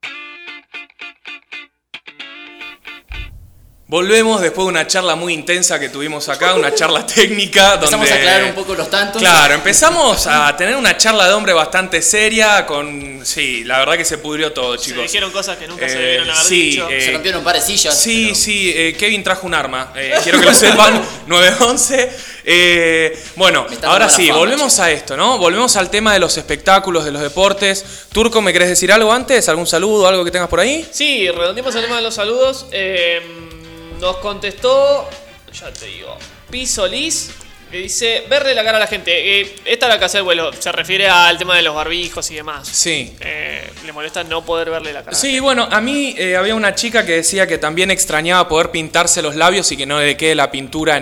Volvemos después de una charla muy intensa que tuvimos acá, una charla técnica. Empezamos donde, a aclarar un poco los tantos. Claro, empezamos a tener una charla de hombre bastante seria con... Sí, la verdad que se pudrió todo, chicos. Se dijeron cosas que nunca se debieron haber dicho. Se rompieron un par de sillas. Sí, pero... Kevin trajo un arma. Quiero que lo sepan, 911. Bueno, ahora sí, fama, volvemos a esto, ¿no? Volvemos al tema de los espectáculos, de los deportes. Turco, ¿me querés decir algo antes? ¿Algún saludo, algo que tengas por ahí? Sí, redondeamos el tema de los saludos. Nos contestó, ya te digo, Pi Solís, que dice, verle la cara a la gente. Esta es la casa del vuelo, se refiere al tema de los barbijos y demás. Sí. Le molesta no poder verle la cara. Sí, bueno, a mí había una chica que decía que también extrañaba poder pintarse los labios y que no le quede la pintura en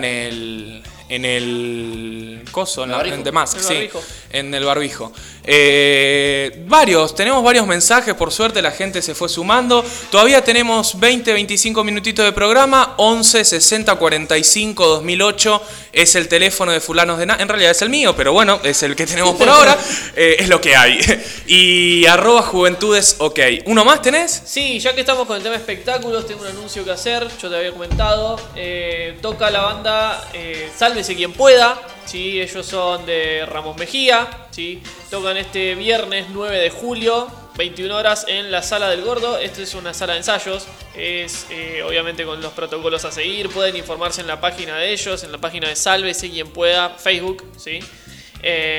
el coso, en The Mask, sí, en el barbijo. Tenemos varios mensajes, por suerte la gente se fue sumando. Todavía tenemos 20-25 minutitos de programa. 11 60 45 2008 es el teléfono de Fulanos de Nada. En realidad es el mío, pero bueno, es el que tenemos por ahora. Es lo que hay. Y @Juventudes OK. ¿Uno más tenés? Sí, ya que estamos con el tema de espectáculos, tengo un anuncio que hacer. Yo te había comentado. Toca la banda Sálvese quien pueda. ¿Sí? Ellos son de Ramos Mejía, ¿sí? Tocan este viernes 9 de julio, 21 horas en la Sala del Gordo. Esta es una sala de ensayos, es obviamente con los protocolos a seguir. Pueden informarse en la página de ellos, en la página de Sálvese quien pueda, Facebook, ¿sí?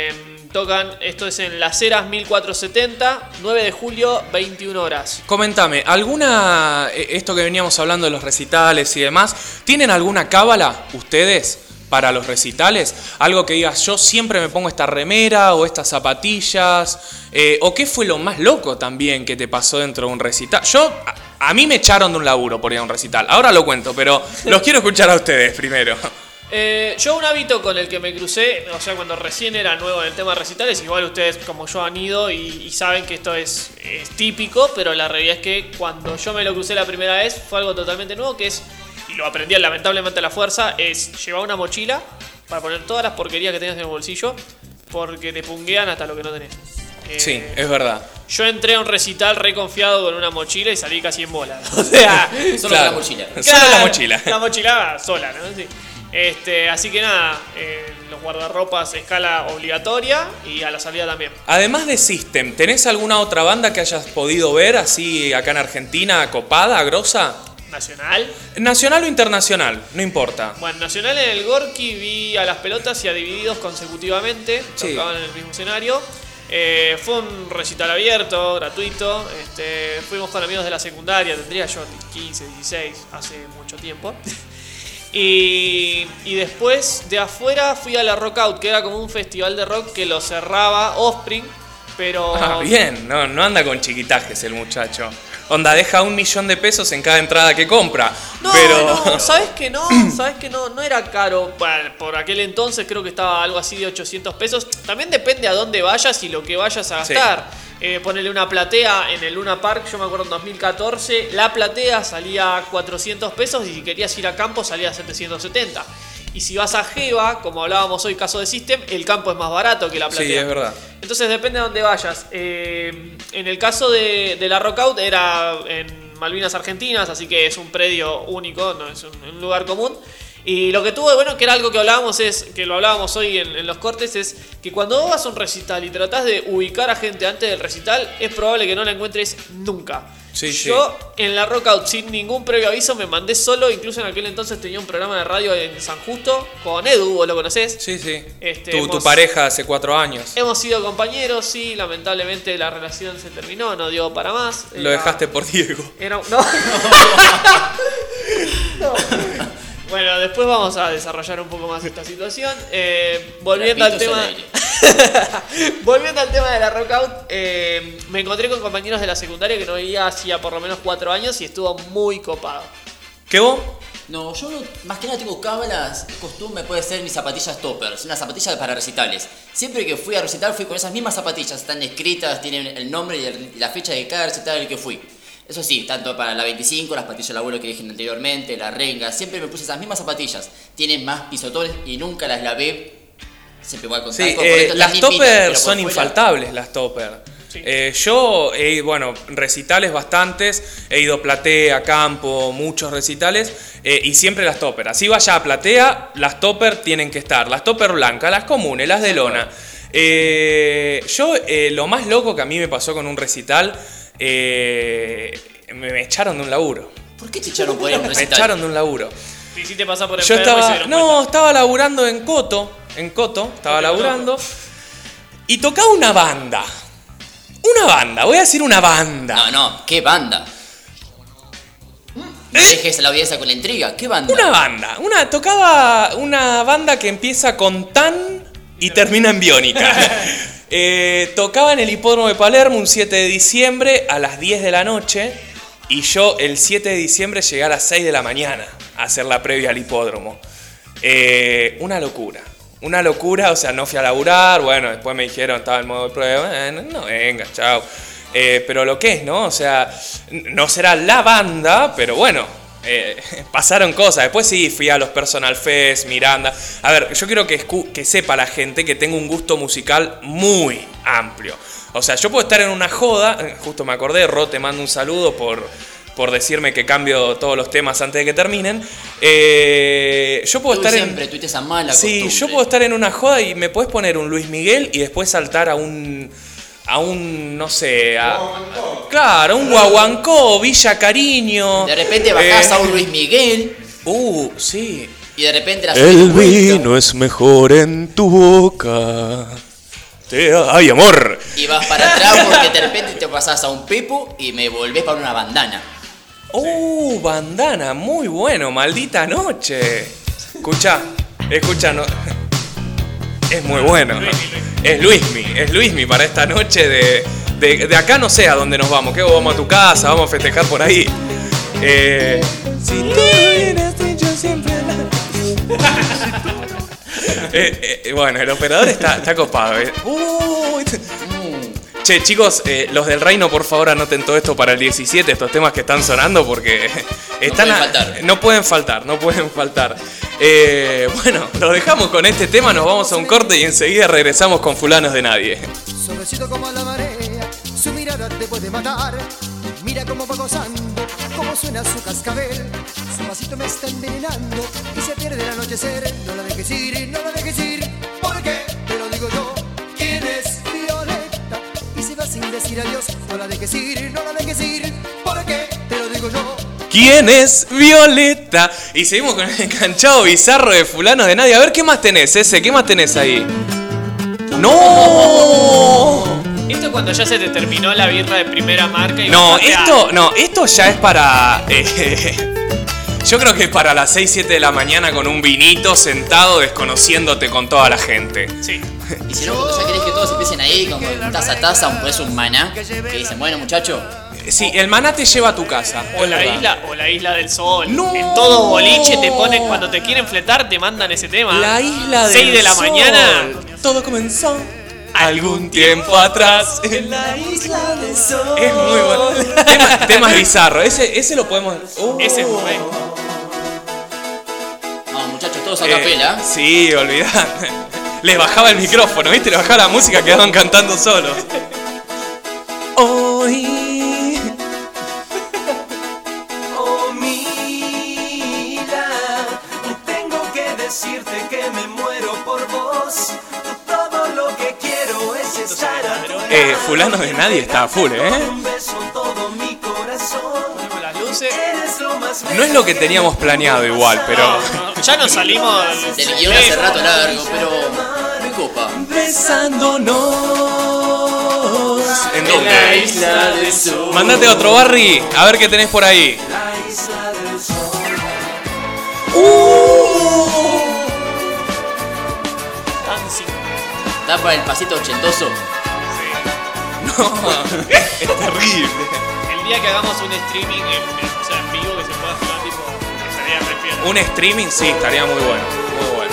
Tocan, esto es en Las Heras 1470, 9 de julio, 21 horas. Comentame, esto que veníamos hablando de los recitales y demás, ¿tienen alguna cábala ustedes para los recitales? Algo que digas, yo siempre me pongo esta remera o estas zapatillas, o qué fue lo más loco también que te pasó dentro de un recital. A mí me echaron de un laburo por ir a un recital, ahora lo cuento, pero los quiero escuchar a ustedes primero. Yo un hábito con el que me crucé, o sea, cuando recién era nuevo en el tema de recitales, igual ustedes como yo han ido y saben que esto es típico, pero la realidad es que cuando yo me lo crucé la primera vez fue algo totalmente nuevo, que es, y lo aprendí lamentablemente a la fuerza, es llevar una mochila para poner todas las porquerías que tengas en el bolsillo, porque te punguean hasta lo que no tenés. Sí, es verdad. Yo entré a un recital reconfiado con una mochila y salí casi en bola. O sea, solo la mochila. Solo la mochila. La mochila sola, ¿no? Sí. Así que nada, los guardarropas escala obligatoria y a la salida también. Además de System, ¿tenés alguna otra banda que hayas podido ver así acá en Argentina, copada, grosa? ¿Nacional? Nacional o internacional, no importa. Bueno, nacional en el Gorki vi a Las Pelotas y a Divididos consecutivamente, sí. Tocaban en el mismo escenario. Fue un recital abierto, gratuito. Fuimos con amigos de la secundaria, tendría yo 15, 16, hace mucho tiempo. Y después de afuera fui a la Rock Out, que era como un festival de rock que lo cerraba Offspring, pero... bien, no anda con chiquitajes el muchacho. Onda, deja $1.000.000 en cada entrada que compra. No, ¿sabes que no? No era caro. Por aquel entonces creo que estaba algo así de $800. También depende a dónde vayas y lo que vayas a gastar. Sí. Ponele una platea en el Luna Park, yo me acuerdo en 2014, la platea salía $400 y si querías ir a campo salía $770. Y si vas a Jeva, como hablábamos hoy, caso de System, el campo es más barato que la platea. Sí, es verdad. Entonces depende de dónde vayas. En el caso de la Rock Out era en Malvinas Argentinas, así que es un predio único, no es un lugar común. Y lo que tuvo de bueno, que era algo que lo hablábamos hoy en los cortes, es que cuando vos vas a un recital y tratás de ubicar a gente antes del recital, es probable que no la encuentres nunca. Yo en la Rock Out sin ningún previo aviso me mandé solo, incluso en aquel entonces tenía un programa de radio en San Justo con Edu, ¿vos lo conocés? Sí. Tu pareja hace 4 años. Hemos sido compañeros, sí, lamentablemente la relación se terminó, no dio para más. Lo dejaste por Diego. No. Bueno, después vamos a desarrollar un poco más esta situación. Volviendo al tema de la Rock Out, me encontré con compañeros de la secundaria que no veía hacía por lo menos 4 años y estuvo muy copado. ¿Qué vos? No, yo más que nada tengo cábalas, costumbre puede ser mis zapatillas toppers, unas zapatillas para recitales. Siempre que fui a recital fui con esas mismas zapatillas, están escritas, tienen el nombre y la fecha de cada recital al que fui. Eso sí, tanto para la 25, las patillas del abuelo que dije anteriormente, la renga, siempre me puse esas mismas zapatillas. Tienen más pisotones y nunca las lavé. Siempre voy a contar. Sí, las toppers son infaltables, las toppers. Sí. Yo recitales bastantes, he ido a platea, campo, muchos recitales, y siempre las toppers. Así vaya a platea, las toppers tienen que estar. Las toppers blancas, las comunes, las de lona. Lo más loco que a mí me pasó con un recital... me echaron de un laburo. ¿Por qué te echaron por ir a un recital? Me echaron de un laburo. ¿Te hiciste pasar por enfermo? Estaba laburando en Coto. Estaba laburando. Y tocaba una banda. Voy a decir una banda. No, ¿qué banda? No dejes a la audiencia con la intriga. ¿Qué banda? Una banda. Tocaba una banda que empieza con tan y termina en biónica. Tocaba en el hipódromo de Palermo un 7 de diciembre a las 10 de la noche y yo el 7 de diciembre llegué a las 6 de la mañana a hacer la previa al hipódromo. Una locura, o sea, no fui a laburar, bueno, después me dijeron, estaba en modo de prueba, no venga, chao. Pero lo que es, ¿no? O sea, no será la banda, pero bueno, pasaron cosas. Después sí, fui a los Personal Fest, Miranda. A ver, yo quiero que sepa la gente que tengo un gusto musical muy amplio. O sea, yo puedo estar en una joda, justo me acordé, Ro, te mando un saludo por decirme que cambio todos los temas antes de que terminen. Yo puedo estar siempre tuviste esa mala costumbre. Sí, yo puedo estar en una joda y me puedes poner un Luis Miguel y después saltar a un no sé, claro, un Guaguancó, Villa Cariño. De repente bajás a un Luis Miguel. Sí. Y de repente el vino es mejor en tu boca. ¡Ay, amor! Y vas para atrás porque de repente te pasás a un pepo y me volvés para una bandana. Bandana, muy bueno, maldita noche. Escucha, no. Es muy bueno. Es Luismi para esta noche de acá no sé a dónde nos vamos. ¿Qué? Vamos a tu casa, vamos a festejar por ahí. Si tú vienes y yo siempre bueno, el operador está copado. Che, chicos, los del Reino, por favor, anoten todo esto para el 17, estos temas que están sonando, porque no pueden faltar. Bueno, lo dejamos con este tema, nos vamos a un corte y enseguida regresamos con Fulanos de Nadie. Suavecito como la marea, su mirada te puede matar. Mira cómo va gozando, cómo suena su cascabel. Su pasito me está envenenando y se pierde el anochecer. No la dejes ir, no la dejes ir, porque te lo digo yo. ¿Quién es Violeta? Y se va sin decir adiós. No la dejes ir, no la dejes ir, porque te lo digo yo. ¿Quién es Violeta? Y seguimos con el enganchado bizarro de Fulanos de Nadie. A ver, ¿qué más tenés, ese? ¿Qué más tenés ahí? ¡No! Esto es cuando ya se te terminó la birra de primera marca y esto ya es para... yo creo que es para las 6, 7 de la mañana con un vinito sentado desconociéndote con toda la gente. Sí. Y si no, cuando ya querés que todos empiecen ahí, como taza a taza, pues un maná, que dicen, bueno, muchacho. Sí, el maná te lleva a tu casa. O la isla del sol. No. En todo boliche te ponen, cuando te quieren fletar, te mandan ese tema. La isla del 6 de la sol. mañana. Todo comenzó algún tiempo atrás en la isla del sol. Es muy bueno. Temas bizarros. Ese lo podemos. Ese es muy. Vamos, muchachos, todos a capela. Sí, olvidá. Les bajaba el micrófono, ¿viste? Les bajaba la música, quedaban cantando solos. Hoy. Oh, mira, tengo que decirte que me muero por vos. Todo lo que quiero es estar a tu lado. Fulanos de Nadie está a full, Un beso todo mi corazón. Con las luces. Eres lo más No es lo que teníamos planeado igual, pero... Ya nos salimos del guión hace rato largo, pero me copa. Besándonos. ¿En dónde? la isla del sol. Mándate otro, Barry. A ver qué tenés por ahí. La isla del sol. ¿Da para el pasito ochentoso? No, es terrible. El día que hagamos un streaming en vivo que se pueda jugar, tipo, estaría re fiel. Un streaming, sí, estaría muy bueno. Muy bueno.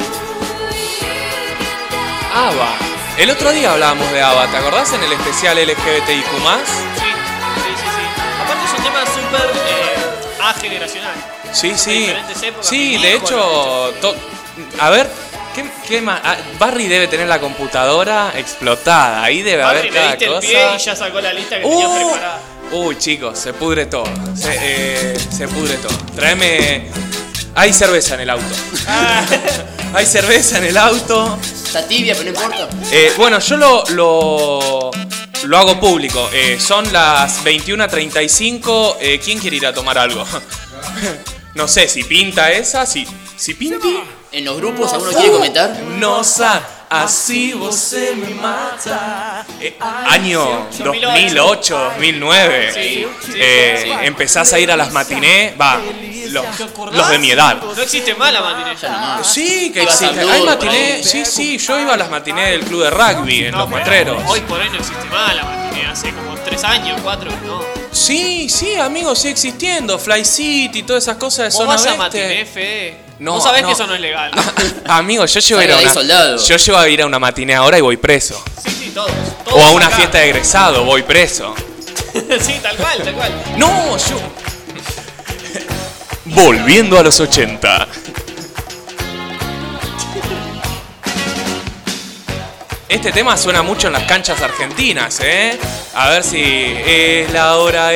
ABBA. El otro día hablábamos de ABBA, ¿te acordás en el especial LGBTIQ+? Sí. Aparte es un tema súper ageneracional. Sí. Diferentes épocas. Sí, de hecho... A ver... ¿Qué más? Barry debe tener la computadora explotada. Ahí debe haber cada le diste cosa. El pie y ya sacó la lista que tenía preparada. Uy, chicos, se pudre todo. Se pudre todo. Tráeme... Hay cerveza en el auto. Hay cerveza en el auto. Está tibia, pero no importa. Bueno, yo lo hago público. Son las 21:35. ¿Quién quiere ir a tomar algo? No sé, si pinta esa, si pinti. En los grupos, ¿alguno quiere comentar? Así vos se me mata. Año 2008, 2009. Sí. Empezás a ir a las matinés. Los de mi edad. No existe más la matiné ya. Sí, que existe. Hay matinés. Sí, yo iba a las matinés del club de rugby en Los Matreros. Hoy por hoy no existe más la matiné. Hace como 3 años, 4, ¿no? Sí, amigo, sigue existiendo. Fly City, todas esas cosas de zona oeste. ¿Vos vas a matiné, Fede? No, vos sabés que eso no es legal. Amigo, yo llevo a ir a una matiné ahora y voy preso. Sí, todos o a una fiesta de egresado, voy preso. Sí, tal cual. No, yo... Volviendo a los 80. Este tema suena mucho en las canchas argentinas, A ver si... Es la hora.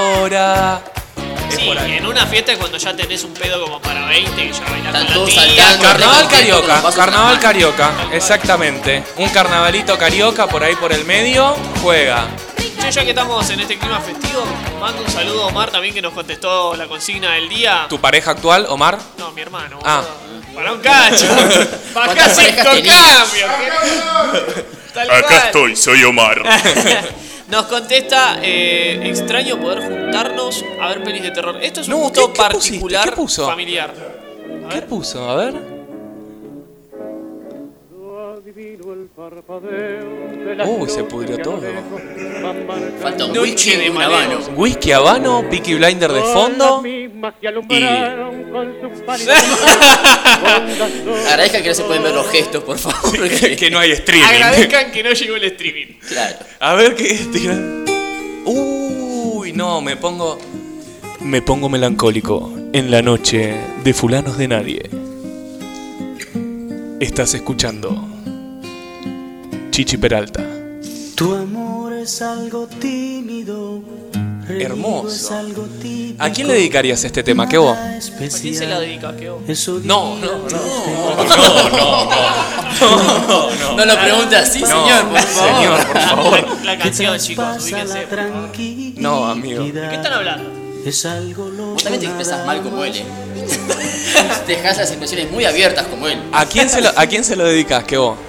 Sí, en una fiesta es cuando ya tenés un pedo como para 20 que ya bailás con la tía. Carnaval carioca, exactamente. Un carnavalito carioca por ahí por el medio, juega. Che, ya que estamos en este clima festivo, mando un saludo a Omar también que nos contestó la consigna del día. ¿Tu pareja actual, Omar? No, mi hermano. Para un cacho. Bajá 5 cambios. Tal Acá cual. estoy, soy Omar. Nos contesta, extraño poder juntarnos a ver pelis de terror. Esto es un gusto ¿qué particular, pusiste? ¿Qué puso? familiar. ¿Qué puso? A ver. Se pudrió todo. Falta un Noche whisky de y un mareo. habano. Whisky habano, Peaky Blinder de fondo. Agradezcan que no se pueden ver los gestos, por favor. Que no hay streaming. Agradezcan que no llegó el streaming. Claro. A ver qué tira. Uy, no, me pongo melancólico en la noche de Fulanos de Nadie. Estás escuchando Chichi Peralta. Tu amor es algo tímido. Hermoso. ¿A quién le dedicarías este tema? ¿Qué vos? ¿A quién se la dedica? ¿Qué vos? No. No lo pregunte así, señor, por favor. Señor, por favor. La canción, chicos, ubíquense. No, amigo. ¿De qué están hablando? Vos también te expresas mal como él, Dejás las expresiones muy abiertas como él. ¿A quién se lo dedicas? ¿Qué vos?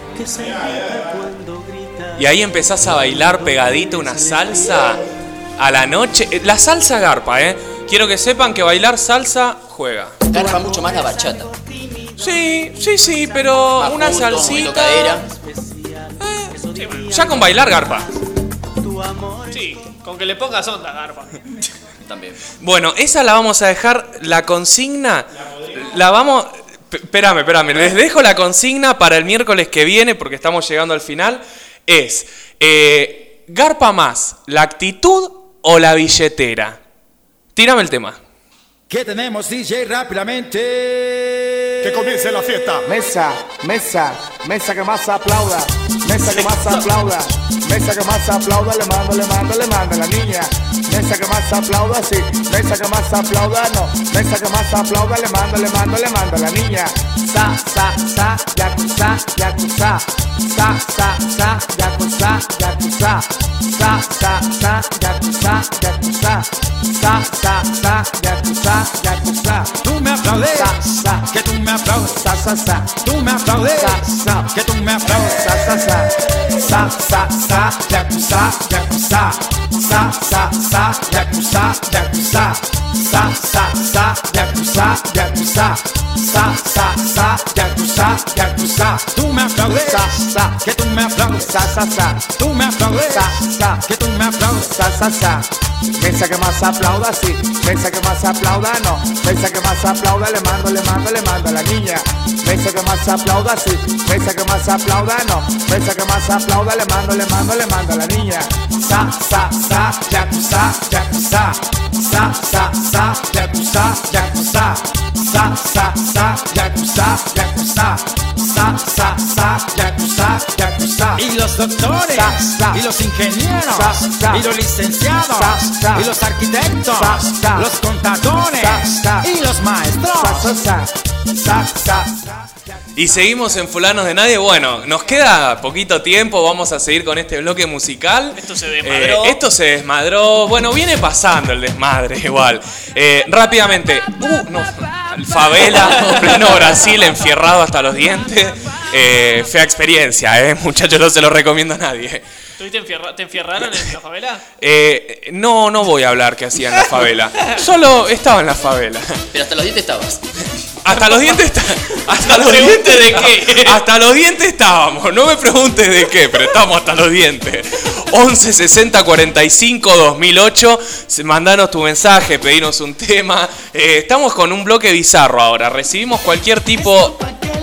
Y ahí empezás a bailar pegadito una salsa a la noche. La salsa garpa, Quiero que sepan que bailar salsa juega. Garpa mucho más la bachata. Sí, pero Más una juntos, salsita. muy tocadera. Ya con bailar garpa. Sí, con que le pongas onda, garpa. También. Bueno, esa la vamos a dejar. La consigna la vamos... Espérame. Les dejo la consigna para el miércoles que viene, porque estamos llegando al final. Es, ¿garpa más la actitud o la billetera? Tírame el tema. ¿Qué tenemos, DJ? Rápidamente. Que comience la fiesta. Mesa que más aplauda. Mesa que más aplauda. Mesa que más aplauda, le mando la niña. Mesa que más aplauda, sí. Mesa que más aplauda, no. Mesa que más aplauda, le mando la niña. Sa, yakuza. Sa, yakuza. Sa, tú me aplaudes, que tú me aplaudes, tú me aplaudes, que tú me aplaudes, yakuza, tú me aplaudes, que tú me aplaudes, tú me aplaudes, que tú me aplaudes, mesa que más aplauda, sí, mesa que más aplauda, no, mesa que más aplauda, le mando a la niña, mesa que más aplauda, sí, mesa que más aplauda, no, mesa que más aplauda, le mando a la niña, sa, yakuza, yakuza, sa, yakuza, yakuza, sa, yakuza, yakuza, sa, yakuza. Y los doctores, y los ingenieros, y los licenciados, y los arquitectos, los contadores, y los maestros. Y seguimos en Fulanos de Nadie. Bueno, nos queda poquito tiempo. Vamos a seguir con este bloque musical. Esto se desmadró. Esto se desmadró. Bueno, viene pasando el desmadre igual. Rápidamente. Favela, pleno Brasil, enfierrado hasta los dientes. Fea experiencia, muchachos, no se lo recomiendo a nadie. ¿Te enfierraron en la favela? No voy a hablar qué hacía en la favela. Solo estaba en la favela. Pero hasta los dientes estabas. Hasta los dientes hasta los dientes de qué. Hasta los dientes estábamos. No me preguntes de qué, pero estamos hasta los dientes. 11 60 45 2008. Mandanos tu mensaje, pedinos un tema. Estamos con un bloque bizarro ahora. Recibimos cualquier tipo.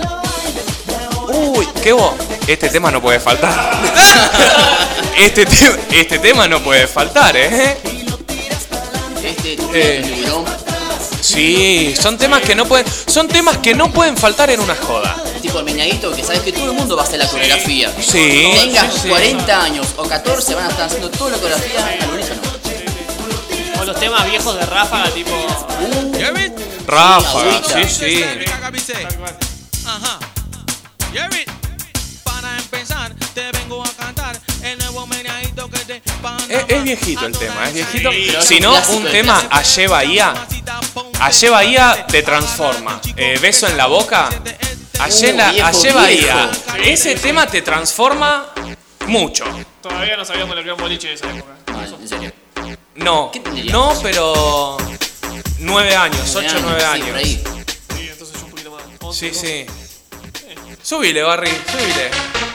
Uy, qué vos. Este tema no puede faltar. Este tema no puede faltar, Sí, son temas que no pueden faltar en una joda. Tipo el meñadito, que sabes que todo el mundo va a hacer la coreografía. Sí. Tengas 40 años o 14, van a estar haciendo toda la coreografía al unísono. O los temas viejos de Ráfaga, tipo. Ráfaga, sí. Ajá. Jerry, para empezar, te vengo a cantar el nuevo meneadito que te Es viejito el tema, es viejito. Sí, Si no, un tema Aye Bahía. Aye Bahía te transforma. Beso en la boca. Aye Bahía. Ese tema te transforma Mucho. Todavía no sabíamos lo que era un boliche de esa época. ¿En serio? No, no, pero 9 años, 8 o 9 años. Por ahí. Sí, entonces yo un poquito más. 11, Sí. Subile, Barry, subile.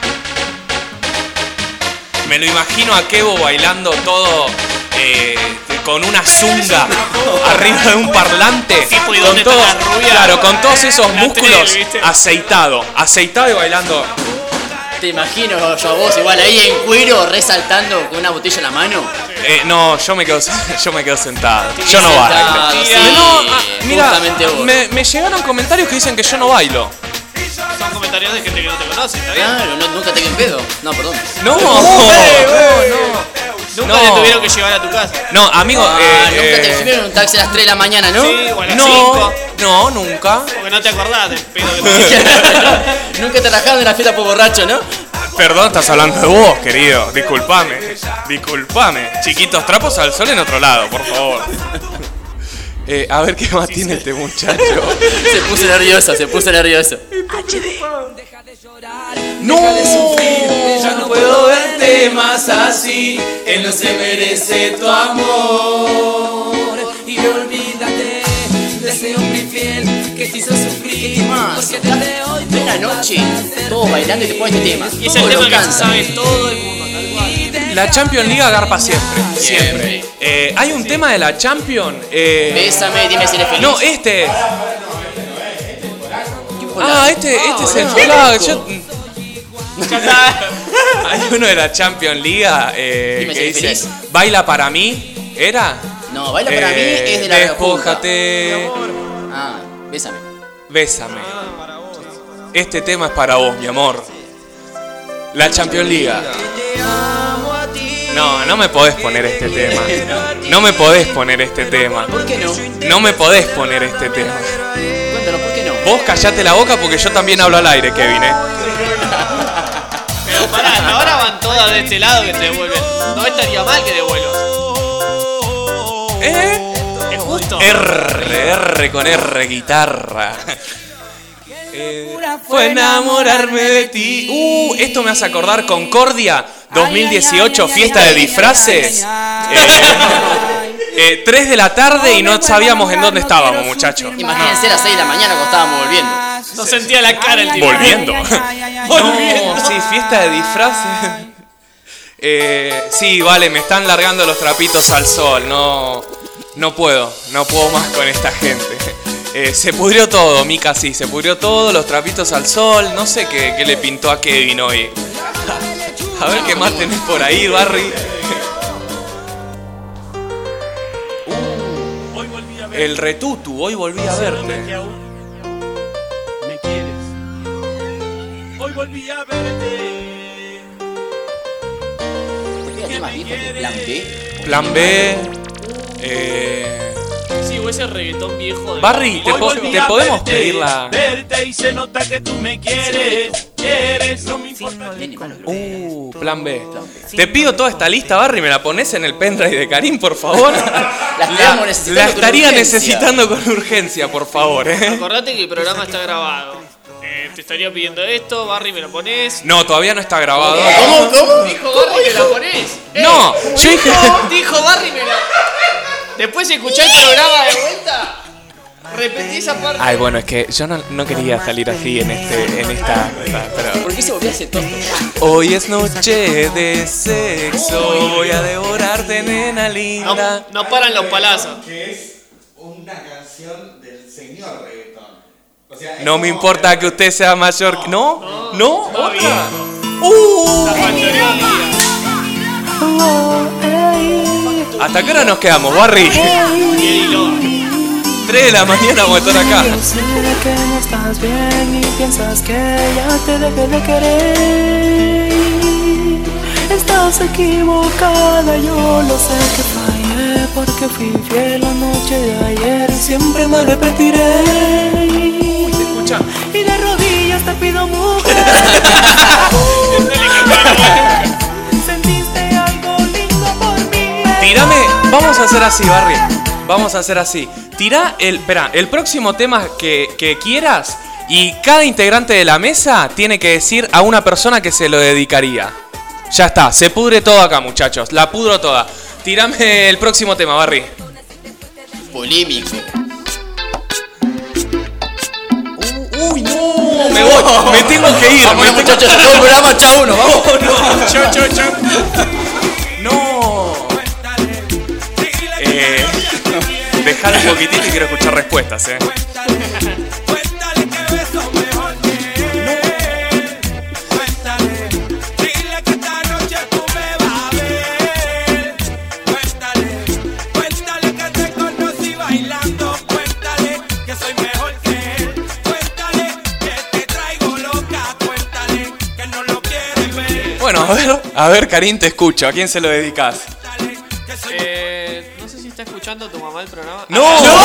Me lo imagino a Kevo bailando todo con una zunga arriba de un parlante. Tipo, ¿y con dónde está todo, la rubia? claro, con todos esos La músculos Trel, ¿viste? aceitado y bailando. Te imagino yo a vos igual ahí en cuero resaltando con una botella en la mano. No, yo me quedo sentado. Yo no bailo. Sí, Mira, justamente vos. me llegaron comentarios que dicen que yo no bailo. Son comentarios de gente que no te conoce, ¿está bien? Claro, nunca te queden pedo. No, perdón. No. Nunca te tuvieron que llevar a tu casa. No, amigo. Nunca te subieron en un taxi a las 3 de la mañana, ¿no? Sí, o a las 5. No, nunca. Porque no te acordás del pedo que te Nunca te rajaron de la fiesta por borracho, ¿no? Perdón, estás hablando de vos, querido. Disculpame. Chiquitos trapos al sol en otro lado, por favor. A ver qué más tiene este muchacho. Se puso nervioso. ¡No! Ya no puedo verte más así. Él no se merece tu amor. Y olvídate de ese hombre infiel que te hizo sufrir. ¿Qué más? Una noche, todos bailando y te pones este tema. Y es el tema que se sabe todo el mundo, tal cual. La Champions League agarpa siempre. Hay un tema de la Champions. Bésame, dime si eres feliz. No, este es el flag. Hay uno de la Champions League Dime si que eres dice feliz. Baila para mí. ¿Era? No, Baila para mí es de la Despójate. Ah, Bésame. Este tema es para vos, mi amor. La Champions League. No me podés poner este tema. No me podés poner este tema. ¿Por qué no? No me podés poner este tema. Cuéntanos, ¿por qué no? Vos callate la boca porque yo también hablo al aire, Kevin, Pero pará, ahora van todas de este lado que te devuelven. No estaría mal que devuelvas. Es justo. R con R, guitarra. Fue enamorarme de ti. Esto me hace acordar Concordia 2018, fiesta de disfraces. 3 de la tarde y no sabíamos en dónde estábamos, muchachos. Imagínense a las 6 de la mañana cuando estábamos volviendo. No sentía la cara el tipo. Volviendo. No, sí, fiesta de disfraces. Sí, vale, me están largando los trapitos al sol. No puedo más con esta gente. Se pudrió todo, Mika, sí, se pudrió todo, los trapitos al sol. No sé qué le pintó a Kevin hoy. A ver qué más tenés por ahí, Barry. El retutu, hoy volví a verte. ¿Me quieres? Hoy volví a verte. ¿Qué tema viejo de Plan B? Plan B. Sí, o ese reggaetón viejo de... Barry, te podemos pedir la... Verte y se nota que tú me quieres. No me importa. Plan B. Te pido toda esta lista, Barry, me la pones en el pendrive de Karim, por favor. La estaría necesitando con urgencia, por favor. Acordate que el programa está grabado. Te estaría pidiendo esto, Barry, me lo pones. No, todavía no está grabado. ¿Cómo? Dijo Barry, me lo ponés. No, yo dije... Dijo Barry, me la... Después escuchá el programa de vuelta. Repetí esa parte. Ay, bueno, es que yo no quería salir así en esta pero... ¿Por qué se volvió a hacer tonto? Hoy es noche de sexo, voy a devorarte, nena linda. No paran los palazos. Que es una canción del señor reggaetón. O sea, No me importa que usted sea mayor. ¿No? ¿Otra? ¿Hasta qué hora nos quedamos, Barry? 3 de la mañana vamos a estar acá. Yo sé que no estás bien y piensas que ya te dejé de querer. Estás equivocada, yo lo sé que fallé porque fui fiel la noche de ayer. Siempre me arrepentiré. ¿Te escucha? Y de rodillas te pido, mujer. Sentiste algo lindo por mí. Tírame. Vamos a hacer así, Barry. Vamos a hacer así. Tirá el próximo tema que quieras y cada integrante de la mesa tiene que decir a una persona que se lo dedicaría. Ya está, se pudre todo acá, muchachos. La pudro toda. Tirame el próximo tema, Barry. Polémico. Uy, no, me voy, me tengo que ir. Vamos, muchachos, todo el programa, chao uno, vamos. No, chao. No. Dejad un poquitito y quiero escuchar respuestas, Bueno, a ver, Karim, te escucho. ¿A quién se lo dedicas? No sé si está escuchando tu mamá el programa. No,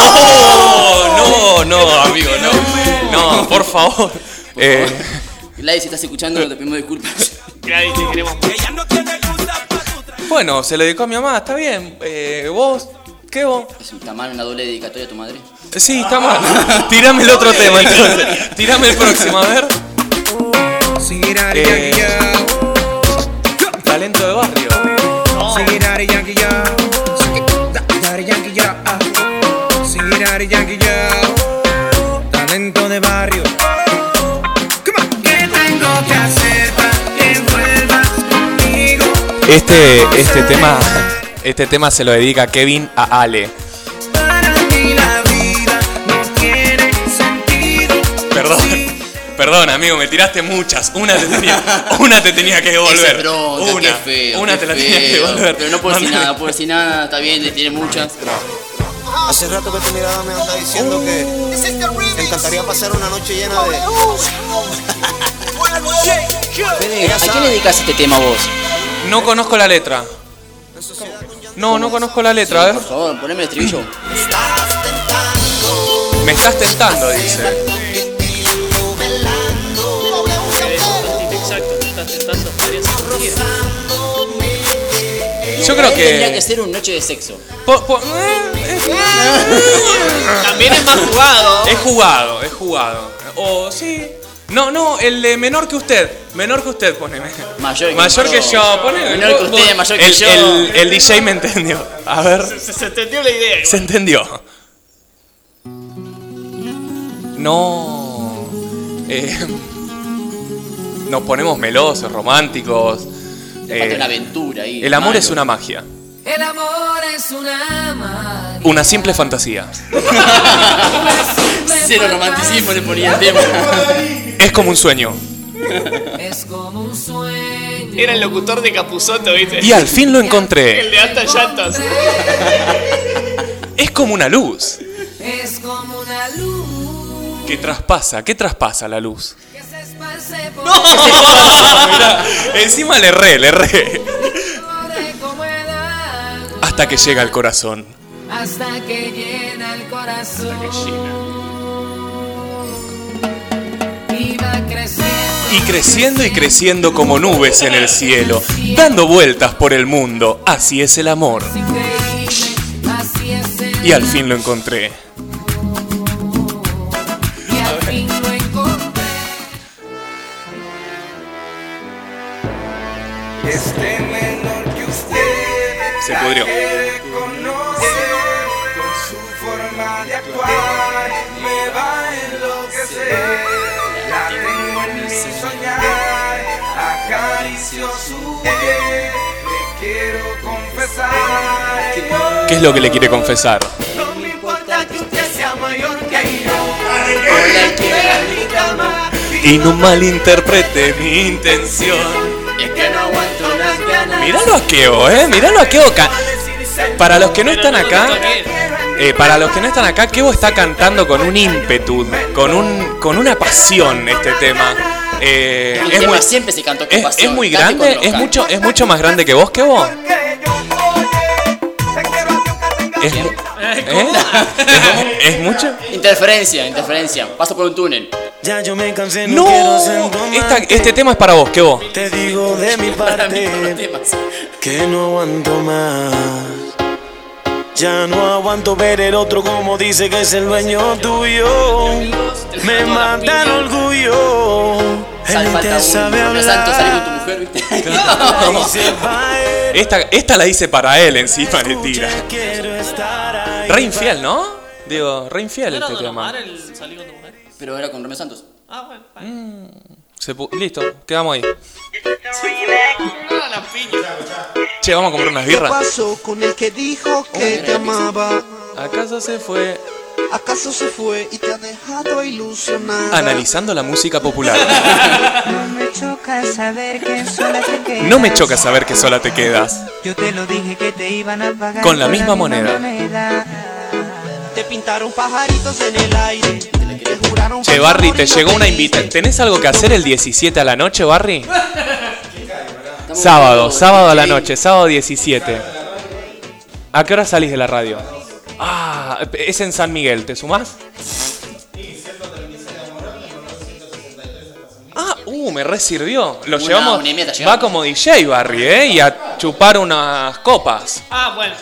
amigo, no, por favor. Gladys, si estás escuchando, te pedimos disculpas. Gladys, te queremos mucho. Bueno, se lo dedicó a mi mamá, está bien. ¿Vos? ¿Qué vos? ¿Está mal una doble dedicatoria a tu madre? Sí, está mal. Tirame el otro tema, entonces. Tirame el próximo, a ver. Talento de barrio. Talento de barrio. ¿Qué tengo que hacer para que vuelvas conmigo? Este tema se lo dedica Kevin a Ale. Para mí la vida no tiene sentido. Perdón, amigo, me tiraste muchas. Una te tenía que devolver. Qué feo, una te la tenía que devolver. Pero no puedo decir nada, está bien, le tiene muchas. Hace rato que tu mirada me anda diciendo que te encantaría pasar una noche llena de... ¿A quién le dedicas este tema vos? No conozco la letra. No conozco la letra, a ver. Por favor, poneme el estribillo. Me estás tentando, dice. Yo creo que... Tendría que ser un noche de sexo. También es más jugado. Es jugado. O sí. No, el de menor que usted, poneme. Mayor que yo, poneme. Menor que usted, mayor que yo. El DJ me entendió. A ver. Se entendió la idea. Igual. Se entendió. No. Nos ponemos melosos, románticos. Le falta una aventura ahí. El amor es una magia. El amor es una magia. Una simple fantasía. Cero romanticismo le ponía el tema. Es como un sueño. Es como un sueño. Era el locutor de Capusotto, ¿viste? Y al fin lo encontré. El de altas llantas. Es como una luz. Es como una luz. ¿Qué traspasa la luz? Que se esparce por Mirá, encima le erré. Hasta que llega al corazón. hasta que llena el corazón. Y va creciendo. Y creciendo como nubes en el cielo, dando vueltas por el mundo. Así es el amor. Y al fin lo encontré. Este menor que usted se pudrió. Con su forma de actuar me va a enloquecer. La tengo en mi soñar, acaricio su piel. Le quiero confesar. ¿Qué es lo que le quiere confesar? No me importa que usted sea mayor que yo. Hoy le quiero en mi cama. Y no malinterprete mi intención. Es que no aguanto las ganas. Míralo a Keo, míralo a Keo. Para los que no están acá, Keo está cantando con un ímpetu, con una pasión este tema. Siempre se cantó con pasión. Es muy grande, es mucho más grande que vos, Keo. ¿Es mucho? Interferencia. Paso por un túnel. Ya yo me cansé, no quiero ser este tema es para vos, que vos. Te digo de mi parte que no aguanto más. Ya no aguanto ver el otro como dice que es el dueño tuyo. Me mata el orgullo. El falta un Romeo Santos, salir con tu mujer, ¿viste? Esta la hice para él encima, le tira. Re infiel, ¿no? Digo, re infiel este tema. el salir con tu mujer? Pero era con Romeo Santos. Ah, bueno. Listo, quedamos ahí. Che, vamos a comprar unas birras. ¿Qué pasó con el que dijo que te amaba? ¿Acaso se fue? ¿Acaso se fue y te ha dejado ilusionada? Analizando la música popular. No me choca saber que sola te quedas. No me choca saber que sola te quedas. Yo te lo dije que te iban a pagar con la misma moneda. Te pintaron pajaritos en el aire. Te juraron. Che, Barry, te llegó una invitación. ¿Tenés algo que hacer el 17 a la noche, Barry? Sábado a la noche, sábado 17. ¿A qué hora salís de la radio? Ah, es en San Miguel, ¿te sumás? Ah, me re sirvió. Lo llevamos. Va como DJ, Barry, y a chupar unas copas. Ah, bueno.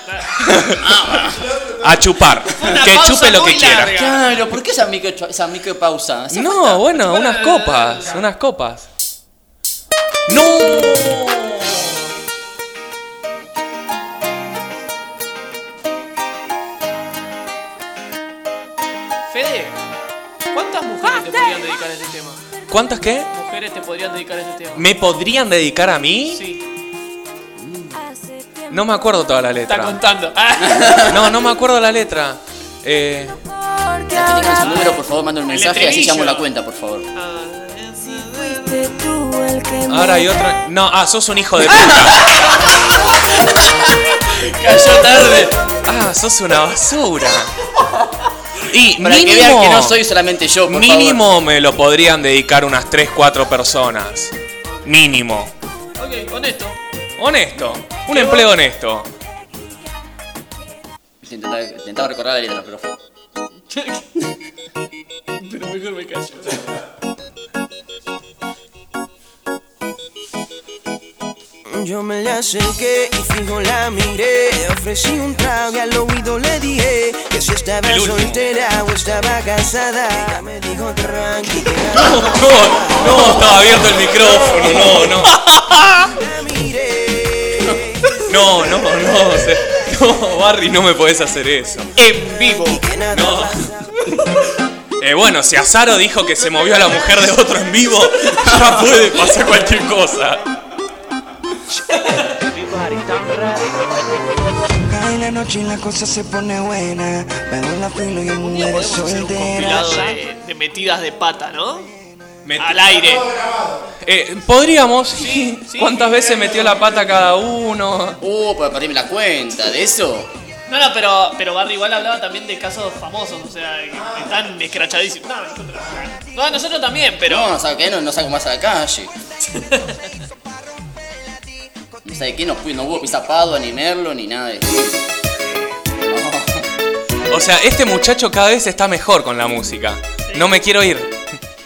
A chupar. Que chupe lo que quiera. Claro, ¿por qué esa micro pausa? No, bueno, unas copas. ¡No! Fede, ¿cuántas mujeres te podrían dedicar a este tema? ¿Cuántas qué? Mujeres te podrían dedicar a este tema. ¿Me podrían dedicar a mí? Sí. No me acuerdo toda la letra. Está contando. No me acuerdo la letra. Ya que tengan su número, por favor, manda un mensaje y así llamo la cuenta, por favor. Ahora hay otra. No, sos un hijo de puta. Cayó tarde. Sos una basura. Y para mínimo, que vean que no soy solamente yo, por mínimo favor. Me lo podrían dedicar unas 3-4 personas. Mínimo. Ok, honesto. Honesto. Un empleo honesto. Intentaba recordar la letra, pero fue. Pero mejor me callo. Yo me le acerqué y fijo la miré. Ofrecí un trago y al oído le dije que si estaba soltera o estaba casada. Ella me dijo tranqui. No, estaba abierto el micrófono, no. No, Barry, no me podés hacer eso. En vivo. No. Bueno, si Azaro dijo que se movió a la mujer de otro en vivo, ya puede pasar cualquier cosa. Cae la noche y la cosa se pone buena. Veo la filo y el mundo es soltera. Compilado de metidas de pata, ¿no? Al aire. Podríamos, sí. ¿Cuántas veces metió la pata cada uno? Para perderme la cuenta de eso. No, pero Barry igual hablaba también de casos famosos, o sea, que están escrachadísimos. No, nosotros también, pero. No, ¿sabes qué? No salgo más a la calle. No sé de qué, no hubo pisapado, ni merlo, ni nada de eso. No. O sea, este muchacho cada vez está mejor con la música. No me quiero ir.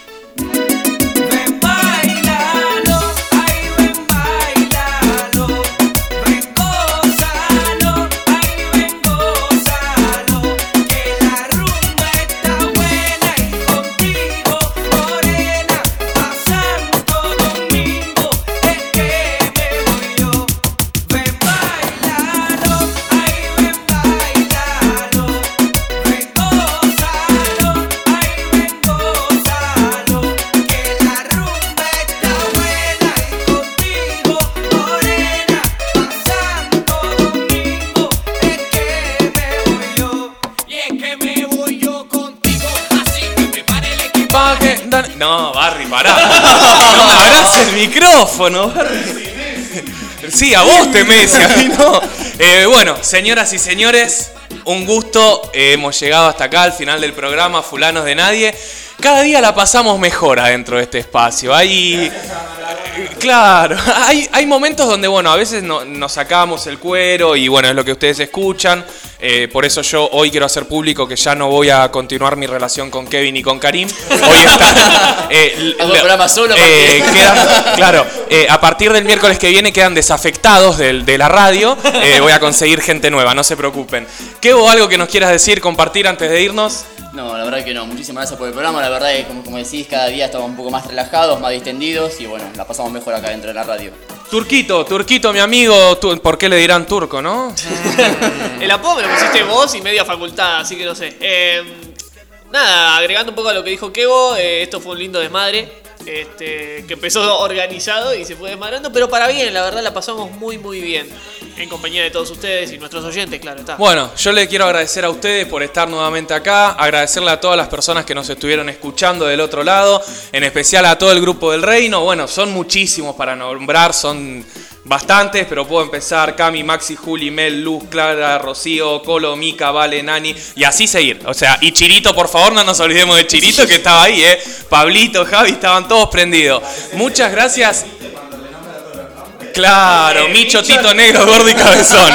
No, Barry, pará. No me abraces el micrófono, Barry. Sí, a vos te mece, a mí no. Bueno, señoras y señores, un gusto. Hemos llegado hasta acá, al final del programa, Fulanos de Nadie. Cada día la pasamos mejor adentro de este espacio. Claro, hay momentos donde, bueno, a veces nos sacamos el cuero y, bueno, es lo que ustedes escuchan. Por eso yo hoy quiero hacer público que ya no voy a continuar mi relación con Kevin y con Karim. Hoy está... Hago el programa solo. Claro, a partir del miércoles que viene quedan desafectados de la radio. Voy a conseguir gente nueva, no se preocupen. ¿Qué o algo que nos quieras decir, compartir antes de irnos? No, la verdad que no. Muchísimas gracias por el programa. La verdad que, como decís, cada día estamos un poco más relajados, más distendidos y bueno, la pasamos mejor acá dentro de la radio. Turquito, mi amigo, ¿por qué le dirán turco, no? El apodo me lo pusiste vos y media facultad, así que no sé. Nada, agregando un poco a lo que dijo Kevo, esto fue un lindo desmadre. Que empezó organizado y se fue desmadrando, pero para bien, la verdad la pasamos muy bien en compañía de todos ustedes y nuestros oyentes, claro está. Bueno, yo le quiero agradecer a ustedes por estar nuevamente acá, agradecerle a todas las personas que nos estuvieron escuchando del otro lado, en especial a todo el grupo del Reino. Bueno, son muchísimos para nombrar, son bastantes, pero puedo empezar: Cami, Maxi, Juli, Mel, Luz, Clara, Rocío, Colo, Mica, Vale, Nani, y así seguir. O sea, y Chirito, por favor, no nos olvidemos de Chirito, que estaba ahí, Pablito, Javi, estaban todos prendidos. Muchas gracias. Claro, Micho, Tito, Negro, Gordo y Cabezón.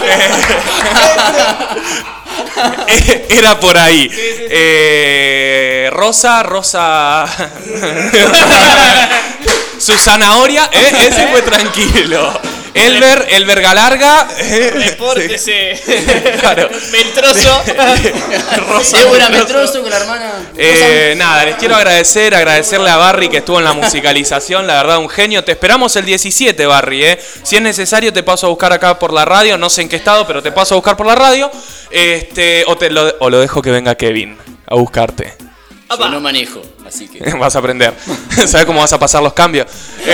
Era por ahí. Rosa. Susanahoria, ese fue tranquilo. Elber Galarga. Repórtese. Claro. Meltroso. Débora Meltroso con la hermana. Nada, les quiero agradecerle a Barry que estuvo en la musicalización, la verdad un genio. Te esperamos el 17, Barry, Si es necesario te paso a buscar acá por la radio, no sé en qué estado, pero te paso a buscar por la radio. O lo dejo que venga Kevin a buscarte. Yo no manejo, así que vas a aprender. ¿Sabes cómo vas a pasar los cambios?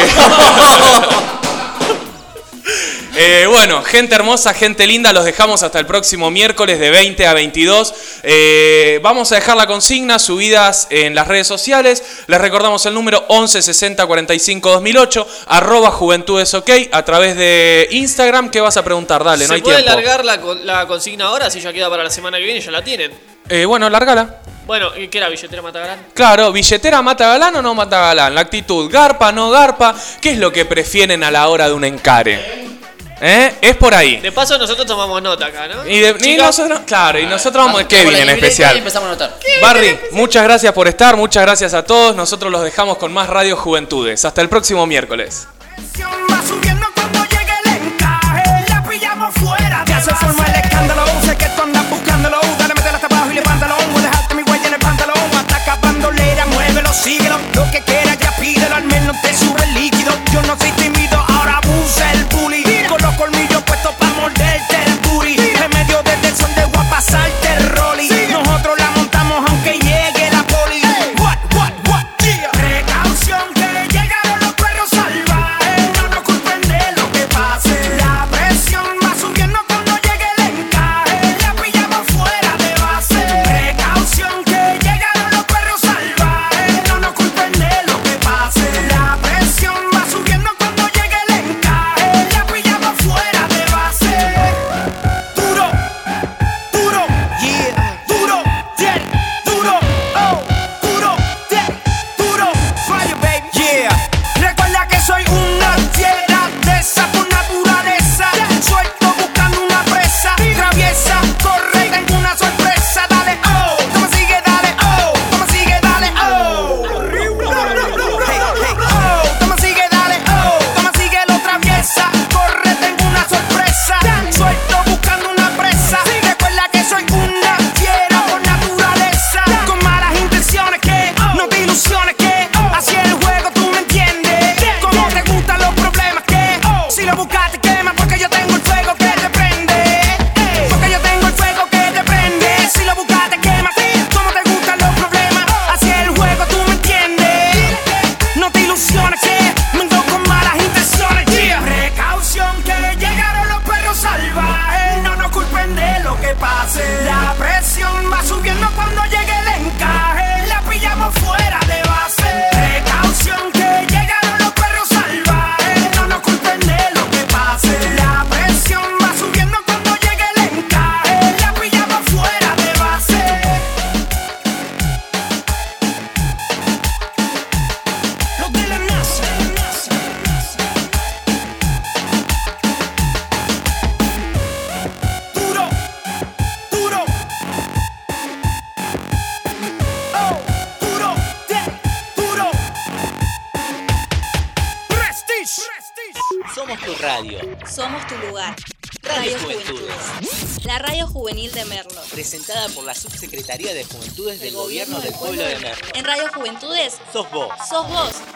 Bueno, gente hermosa, gente linda, los dejamos hasta el próximo miércoles de 20 a 22. Vamos a dejar la consigna subidas en las redes sociales. Les recordamos el número 11 60 45 2008 @juventudesok a través de Instagram. ¿Qué vas a preguntar? Dale, no hay tiempo. ¿Se puede largar la consigna ahora? Si ya queda para la semana que viene, ya la tienen. Bueno, lárgala. Bueno, ¿qué era? ¿Billetera mata galán? Claro, ¿billetera mata galán o no mata galán? La actitud, garpa, no garpa. ¿Qué es lo que prefieren a la hora de un encare? Es por ahí. De paso nosotros tomamos nota acá, ¿no? Y nosotros vamos de Kevin en especial. Y empezamos a notar. Barry, muchas gracias por estar, muchas gracias a todos. Nosotros los dejamos con más Radio Juventudes. Hasta el próximo miércoles. Va subiendo cuando llegue el encaje. La pillamos fuera. Ya se forma el escándalo. Sé que tú andas buscándolo. Dale, métela hasta abajo y levántalo. Voy a dejarte mi huella en el pantalón. Ataca bandolera, muévelo, síguelo. Lo que quieras ya pídelo. Al menos te sube el líquido. Yo no soy tímido, ahora abusa el bully. Con los colmillos puestos pa' morderte el booty. En medio del desorden de voy a pasarte el rolly. Nosotros la montamos aunque llegue la poli. What, yeah. Precaución que llegaron los perros salvajes. No nos culpen de lo que pase. La presión va subiendo cuando llegue el encaje. La pillamos fuera de base. Precaución que llegaron los perros salvajes. No nos culpen de lo que pase. La presión va subiendo cuando llegue el encaje. La pillamos fuera de base. Duro, yeah. Duro, duro, fire baby, yeah. Recuerda que soy una fiera de esa por naturaleza. Suelto buscando una presa, traviesa, corre, tengo una sorpresa. Dale, toma sigue, dale, toma sigue, dale, toma sigue, dale, toma sigue, lo traviesa, corre, tengo una sorpresa. Suelto buscando una presa. Recuerda que soy una fiera por naturaleza. Con malas intenciones que no te ilusiones que así es el juego, tú me entiendes. Como te gustan los problemas que si lo buscas te quema porque yo tengo el fuego que te prende. Porque yo tengo el fuego que te prende. Si lo buscas te quema. Como te gustan los problemas, así es el juego, tú me entiendes. No te ilusiones que vengo con malas intenciones. Precaución que llegaron los perros salvajes. No nos culpen de lo que pase. La presión va subiendo cuando llegue el encaje. La pillamos fuera de base. Precaución que llegaron los perros salvajes. No nos culpen de lo que pase. La presión va subiendo cuando llegue el encaje. La pillamos fuera de base. Los de la NASA. Duro, duro. Duro. Somos tu radio. Somos tu lugar. Radio Juventudes. La radio juvenil de Merlo. Presentada por la Subsecretaría de Juventudes del Gobierno del Pueblo de Merlo. En Radio Juventudes. Sos vos. Sos vos.